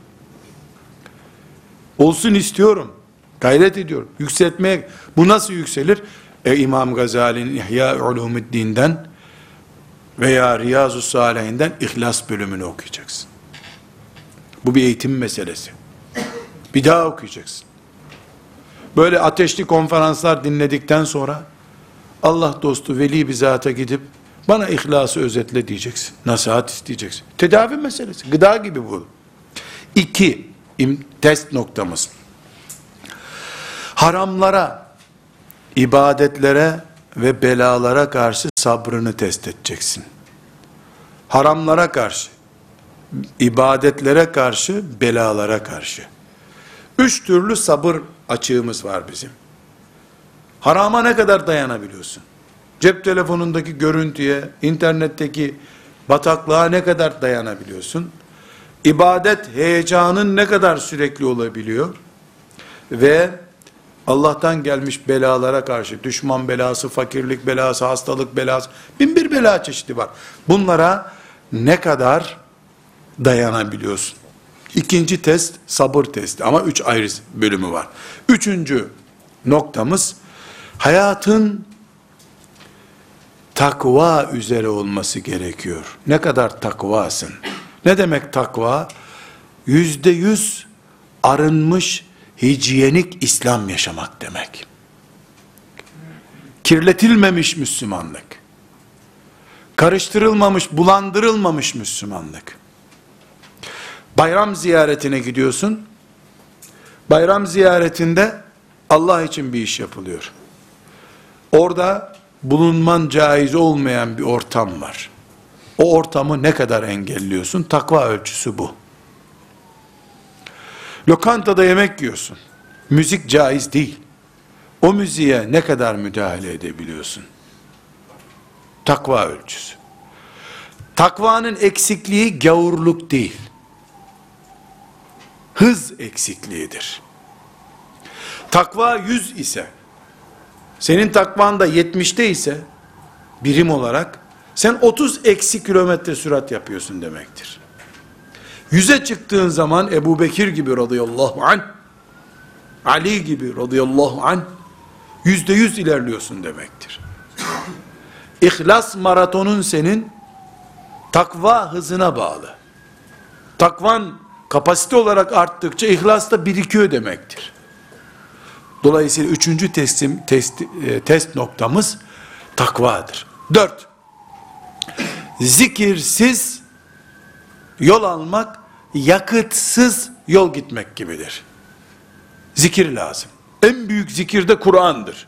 Olsun istiyorum. Gayret ediyorum. Yükseltmeye, bu nasıl yükselir? E, İmam Gazali'nin İhya Ulumuddin'den veya Riyazu Salihinden İhlas bölümünü okuyacaksın. Bu bir eğitim meselesi. Bir daha okuyacaksın. Böyle ateşli konferanslar dinledikten sonra Allah dostu veli bir zata gidip bana ihlası özetle diyeceksin. Nasihat isteyeceksin. Tedavi meselesi. Gıda gibi bu. İki, test noktamız. Haramlara, ibadetlere ve belalara karşı sabrını test edeceksin. Haramlara karşı, ibadetlere karşı, belalara karşı. Üç türlü sabır açığımız var bizim. Harama ne kadar dayanabiliyorsun? Cep telefonundaki görüntüye, internetteki bataklığa ne kadar dayanabiliyorsun? İbadet heyecanın ne kadar sürekli olabiliyor? Ve Allah'tan gelmiş belalara karşı, düşman belası, fakirlik belası, hastalık belası, bin bir bela çeşidi var. Bunlara ne kadar dayanabiliyorsun? İkinci test sabır testi ama üç ayrı bölümü var. Üçüncü noktamız hayatın takva üzere olması gerekiyor. Ne kadar takvasın? Ne demek takva? Yüzde yüz arınmış, hijyenik İslam yaşamak demek. Kirletilmemiş Müslümanlık. Karıştırılmamış, bulandırılmamış Müslümanlık. Bayram ziyaretine gidiyorsun. Bayram ziyaretinde Allah için bir iş yapılıyor. Orada bulunman caiz olmayan bir ortam var. O ortamı ne kadar engelliyorsun? Takva ölçüsü bu. Lokantada yemek yiyorsun. Müzik caiz değil. O müziğe ne kadar müdahale edebiliyorsun? Takva ölçüsü. Takvanın eksikliği gavurluk değil. Hız eksikliğidir. Takva yüz ise, senin takvan da yetmişte ise, birim olarak, sen otuz eksi kilometre sürat yapıyorsun demektir. Yüze çıktığın zaman Ebu Bekir gibi radıyallahu anh, Ali gibi radıyallahu anh, yüzde yüz ilerliyorsun demektir. İhlas maratonun senin, takva hızına bağlı. Takvan kapasite olarak arttıkça ihlas da birikiyor demektir. Dolayısıyla üçüncü testim, test, e, test noktamız takvadır. Dört, zikirsiz yol almak, yakıtsız yol gitmek gibidir. Zikir lazım. En büyük zikir de Kur'an'dır.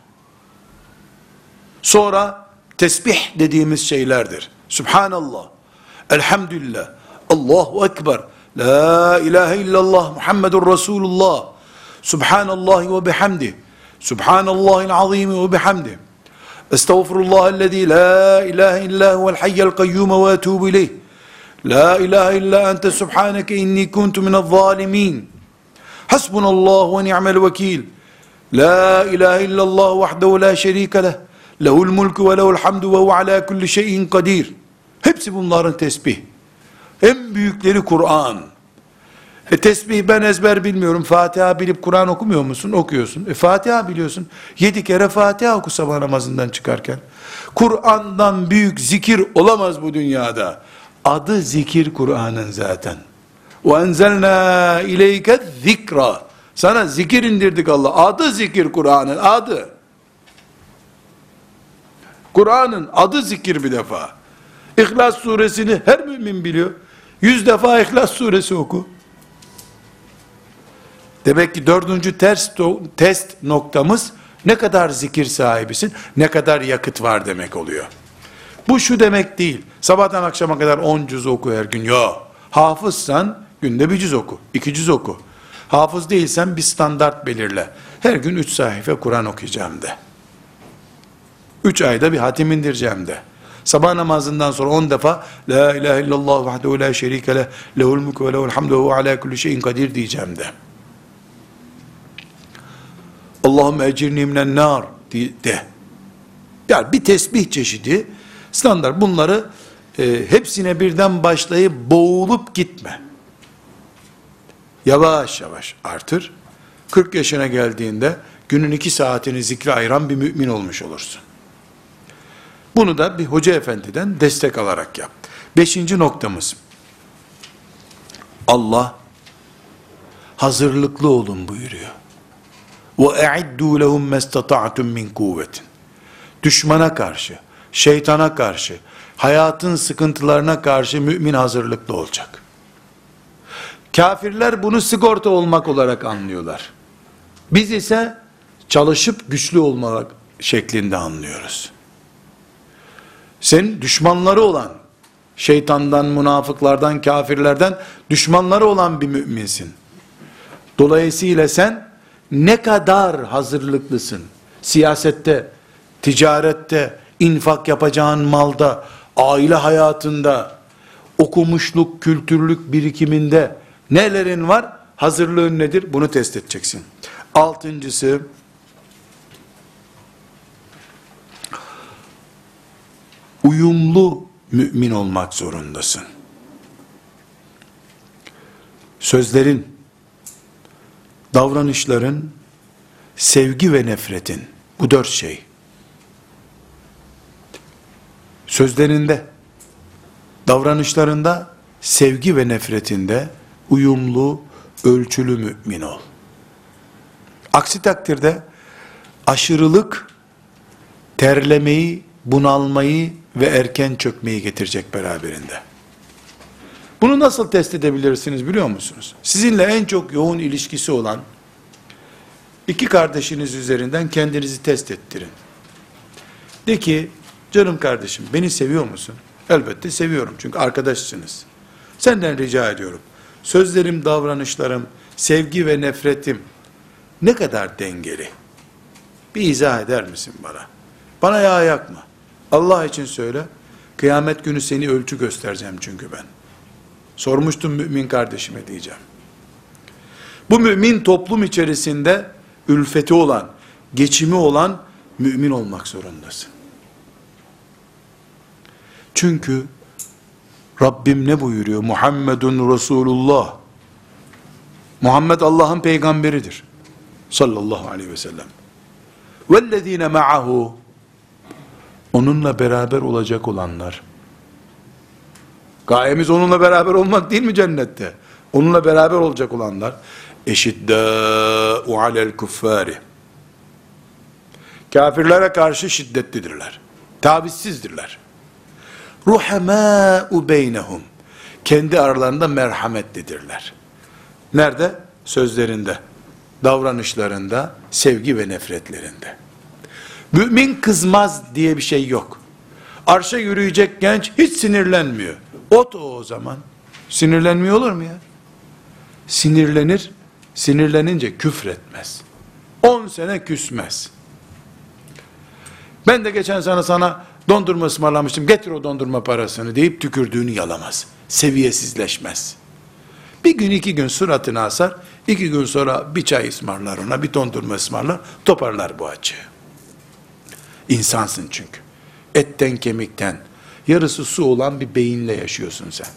Sonra tesbih dediğimiz şeylerdir. Subhanallah, elhamdülillah, Allahu Ekber, la ilahe illallah, Muhammedun Resulullah, Subhanallah ve bihamdih, Subhanallahil azim ve bihamdih, Estağfirullahellezî la ilahe illa huvel hayyel kayyum ve etûbü ileyh, la ilahe illa ente subhaneke inni kuntu minezzalimin, hasbunallah ve ni'mel vekil, la ilahe illallah vahdehu la şerike leh, lehul mulku ve lehul hamdu ve huve ala kulli şeyin kadir. Hepsi bunların tesbih. En büyükleri Kur'an. E tesbih ben ezber bilmiyorum. Fatiha bilip Kur'an okumuyor musun? Okuyorsun. E Fatiha biliyorsun. Yedi kere Fatiha oku sabah namazından çıkarken. Kur'an'dan büyük zikir olamaz bu dünyada. Adı zikir Kur'an'ın zaten. وَاَنْزَلْنَا اِلَيْكَ zikra. Sana zikir indirdik Allah. Adı zikir Kur'an'ın adı. Kur'an'ın adı zikir bir defa. İhlas suresini her mümin biliyor. Yüz defa İhlas suresi oku. Demek ki dördüncü test, test noktamız ne kadar zikir sahibisin, ne kadar yakıt var demek oluyor. Bu şu demek değil. Sabahtan akşama kadar on cüz oku her gün. Yok. Hafızsan günde bir cüz oku, iki cüz oku. Hafız değilsen bir standart belirle. Her gün üç sayfa Kur'an okuyacağım de. Üç ayda bir hatim indireceğim de. Sabah namazından sonra on defa la ilahe illallah vahdehu la şerike leh, lehul mulku ve lehul hamdu ve ala kulli şeyin kadir diyeceğim de. Allahümme ecirni minen nar de. Yani bir tesbih çeşidi standart. Bunları e, hepsine birden başlayıp boğulup gitme. Yavaş yavaş artır. kırk yaşına geldiğinde günün iki saatini zikre ayıran bir mümin olmuş olursun. Bunu da bir hoca efendiden destek alarak yap. Beşinci noktamız. Allah hazırlıklı olun buyuruyor. وَاَعِدُّوا لَهُمْ مَسْتَطَعْتُمْ مِنْ قُوَّةٍ. Düşmana karşı, şeytana karşı, hayatın sıkıntılarına karşı mümin hazırlıklı olacak. Kafirler bunu sigorta olmak olarak anlıyorlar. Biz ise çalışıp güçlü olmak şeklinde anlıyoruz. Senin düşmanları olan, şeytandan, münafıklardan, kafirlerden düşmanları olan bir müminsin. Dolayısıyla sen ne kadar hazırlıklısın? Siyasette, ticarette, infak yapacağın malda, aile hayatında, okumuşluk, kültürlük birikiminde nelerin var? Hazırlığın nedir? Bunu test edeceksin. Altıncısı, uyumlu mümin olmak zorundasın. Sözlerin, davranışların, sevgi ve nefretin, bu dört şey. Sözlerinde, davranışlarında, sevgi ve nefretinde uyumlu, ölçülü mümin ol. Aksi takdirde aşırılık terlemeyi, bunalmayı ve erken çökmeyi getirecek beraberinde. Bunu nasıl test edebilirsiniz biliyor musunuz? Sizinle en çok yoğun ilişkisi olan iki kardeşiniz üzerinden kendinizi test ettirin. De ki, canım kardeşim beni seviyor musun? Elbette seviyorum çünkü arkadaşsınız. Senden rica ediyorum. Sözlerim, davranışlarım sevgi ve nefretim ne kadar dengeli? Bir izah eder misin bana? Bana yağ yakma. Allah için söyle. Kıyamet günü seni ölçü göstereceğim çünkü ben. Sormuştum mümin kardeşime diyeceğim. Bu mümin toplum içerisinde ülfeti olan, geçimi olan mümin olmak zorundasın. Çünkü Rabbim ne buyuruyor? Muhammedun Resulullah. Muhammed Allah'ın peygamberidir. Sallallahu aleyhi ve sellem. Vellezine ma'ahu. Onunla beraber olacak olanlar. Gayemiz onunla beraber olmak değil mi cennette? Onunla beraber olacak olanlar. Eşiddâ'u alel kuffâri. Kafirlere karşı şiddetlidirler. Tavizsizdirler. Ruhamâ'u beynehum. Kendi aralarında merhametlidirler. Nerede? Sözlerinde, davranışlarında, sevgi ve nefretlerinde. Mümin kızmaz diye bir şey yok. Arşa yürüyecek genç hiç sinirlenmiyor. Ot o o zaman. Sinirlenmiyor olur mu ya? Sinirlenir, sinirlenince küfretmez. On sene küsmez. Ben de geçen sene sana dondurma ısmarlamıştım, getir o dondurma parasını deyip tükürdüğünü yalamaz. Seviyesizleşmez. Bir gün iki gün suratını asar, iki gün sonra bir çay ısmarlar ona, bir dondurma ısmarlar, toparlar bu açığı. İnsansın çünkü. Etten kemikten, yarısı su olan bir beyinle yaşıyorsun sen.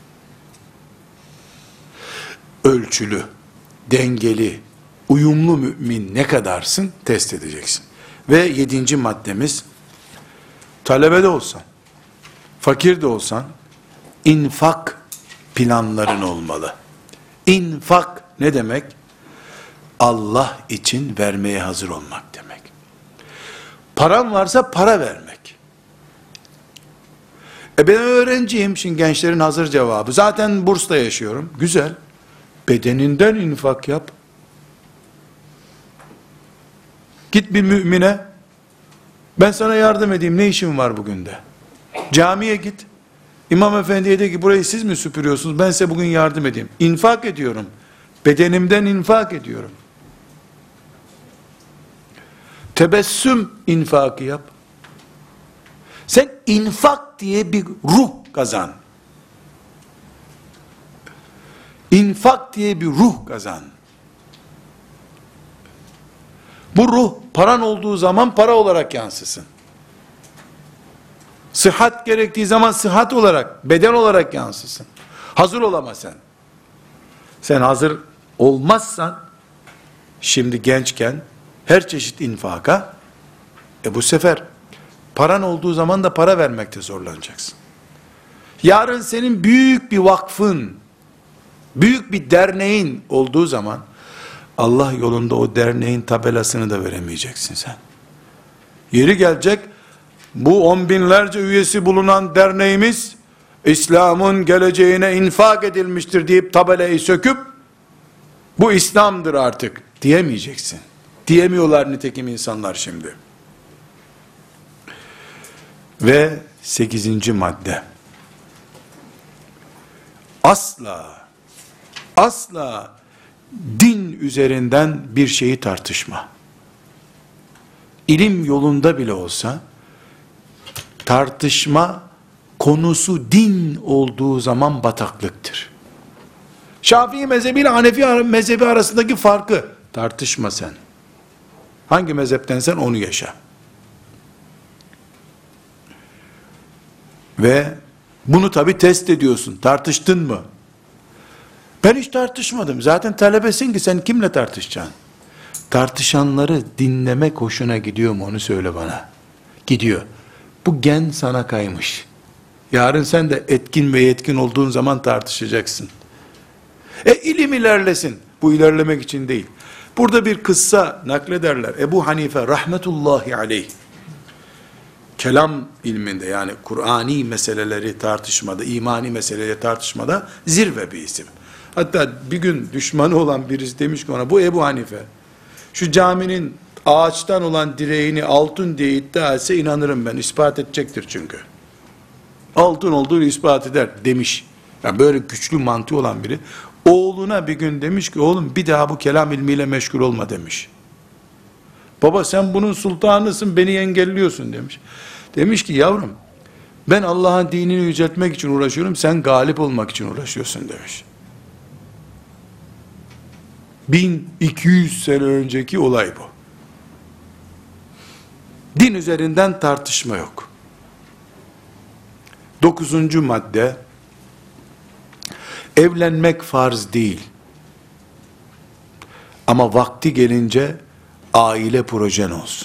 Ölçülü, dengeli, uyumlu mümin ne kadarsın test edeceksin. Ve yedinci maddemiz, talebe de olsan, fakir de olsan, infak planların olmalı. İnfak ne demek? Allah için vermeye hazır olmak demek. Param varsa para vermek. E ben öğrenciyim, şimdi gençlerin hazır cevabı. Zaten bursla yaşıyorum. Güzel. Bedeninden infak yap. Git bir mümine, ben sana yardım edeyim, ne işin var bugün de. Camiye git. İmam efendiye de ki, burayı siz mi süpürüyorsunuz? Ben size bugün yardım edeyim. İnfak ediyorum. Bedenimden infak ediyorum. Tebessüm infakı yap. Sen infak diye bir ruh kazan. İnfak diye bir ruh kazan. Bu ruh paran olduğu zaman para olarak yansısın. Sıhhat gerektiği zaman sıhhat olarak, beden olarak yansısın. Hazır olama sen. Sen hazır olmazsan, şimdi gençken her çeşit infaka, e bu sefer paran olduğu zaman da para vermekte zorlanacaksın. Yarın senin büyük bir vakfın, büyük bir derneğin olduğu zaman, Allah yolunda o derneğin tabelasını da veremeyeceksin sen. Yeri gelecek, bu on binlerce üyesi bulunan derneğimiz, İslam'ın geleceğine infak edilmiştir deyip tabelayı söküp, bu İslam'dır artık diyemeyeceksin. Diyemiyorlar nitekim insanlar şimdi. Ve sekizinci madde. Asla, asla din üzerinden bir şeyi tartışma. İlim yolunda bile olsa, tartışma konusu din olduğu zaman bataklıktır. Şafii mezhebi ile Hanefi mezhebi arasındaki farkı tartışma sen. Hangi mezheptensen onu yaşa. Ve bunu tabi test ediyorsun. Tartıştın mı? Ben hiç tartışmadım. Zaten talebesin ki sen kimle tartışacaksın? Tartışanları dinlemek hoşuna gidiyor mu, onu söyle bana. Gidiyor. Bu gen sana kaymış. Yarın sen de etkin ve yetkin olduğun zaman tartışacaksın. E ilim ilerlesin. Bu ilerlemek için değil. Burada bir kıssa naklederler. Ebu Hanife rahmetullahi aleyh, kelam ilminde, yani Kur'ani meseleleri tartışmada, imani meseleleri tartışmada zirve bir isim. Hatta bir gün düşmanı olan birisi demiş ki ona, bu Ebu Hanife şu caminin ağaçtan olan direğini altın diye iddia etse inanırım ben, ispat edecektir çünkü. Altın olduğunu ispat eder demiş. Yani böyle güçlü mantığı olan biri. Oğluna bir gün demiş ki, oğlum bir daha bu kelam ilmiyle meşgul olma demiş. Baba sen bunun sultanısın, beni engelliyorsun demiş. Demiş ki yavrum, ben Allah'ın dinini yüceltmek için uğraşıyorum, sen galip olmak için uğraşıyorsun demiş. bin iki yüz sene önceki olay bu. Din üzerinden tartışma yok. Dokuzuncu madde, evlenmek farz değil. Ama vakti gelince aile projen olsun.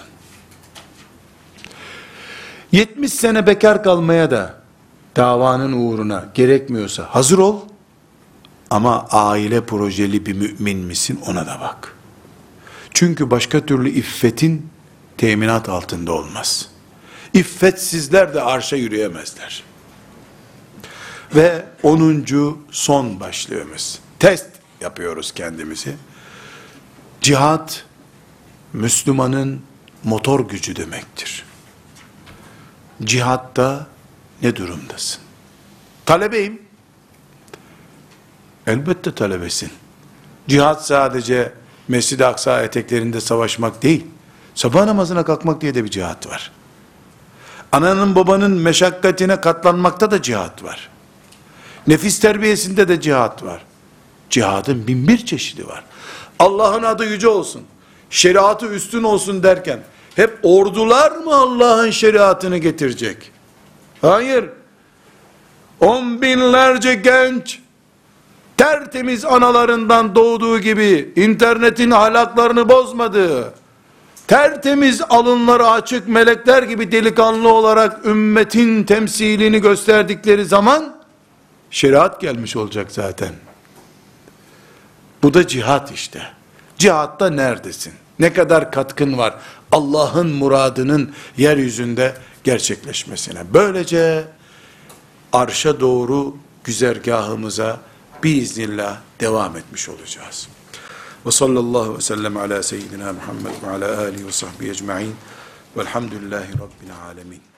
yetmiş sene bekar kalmaya da davanın uğruna gerekmiyorsa hazır ol. Ama aile projeli bir mümin misin, ona da bak. Çünkü başka türlü iffetin teminat altında olmaz. İffetsizler de arşa yürüyemezler. Ve onuncu son başlığımız. Test yapıyoruz kendimizi. Cihat, Müslümanın motor gücü demektir. Cihatta ne durumdasın? Talebeyim. Elbette talebesin. Cihat sadece Mescid-i Aksa eteklerinde savaşmak değil. Sabah namazına kalkmak diye de bir cihat var. Ananın babanın meşakkatine katlanmakta da cihat var. Nefis terbiyesinde de cihat var. Cihadın bin bir çeşidi var. Allah'ın adı yüce olsun, şeriatı üstün olsun derken, hep ordular mı Allah'ın şeriatını getirecek? Hayır. On binlerce genç, tertemiz analarından doğduğu gibi, internetin ahlaklarını bozmadığı, tertemiz alınları açık melekler gibi delikanlı olarak ümmetin temsilini gösterdikleri zaman, şeriat gelmiş olacak zaten. Bu da cihat işte. Cihatta neredesin? Ne kadar katkın var Allah'ın muradının yeryüzünde gerçekleşmesine? Böylece arşa doğru güzergahımıza biiznillah devam etmiş olacağız. Ve sallallahu ve sellem ala seyyidina Muhammed ve ala alihi ve sahbihi ecma'in velhamdülillahi rabbil alemin.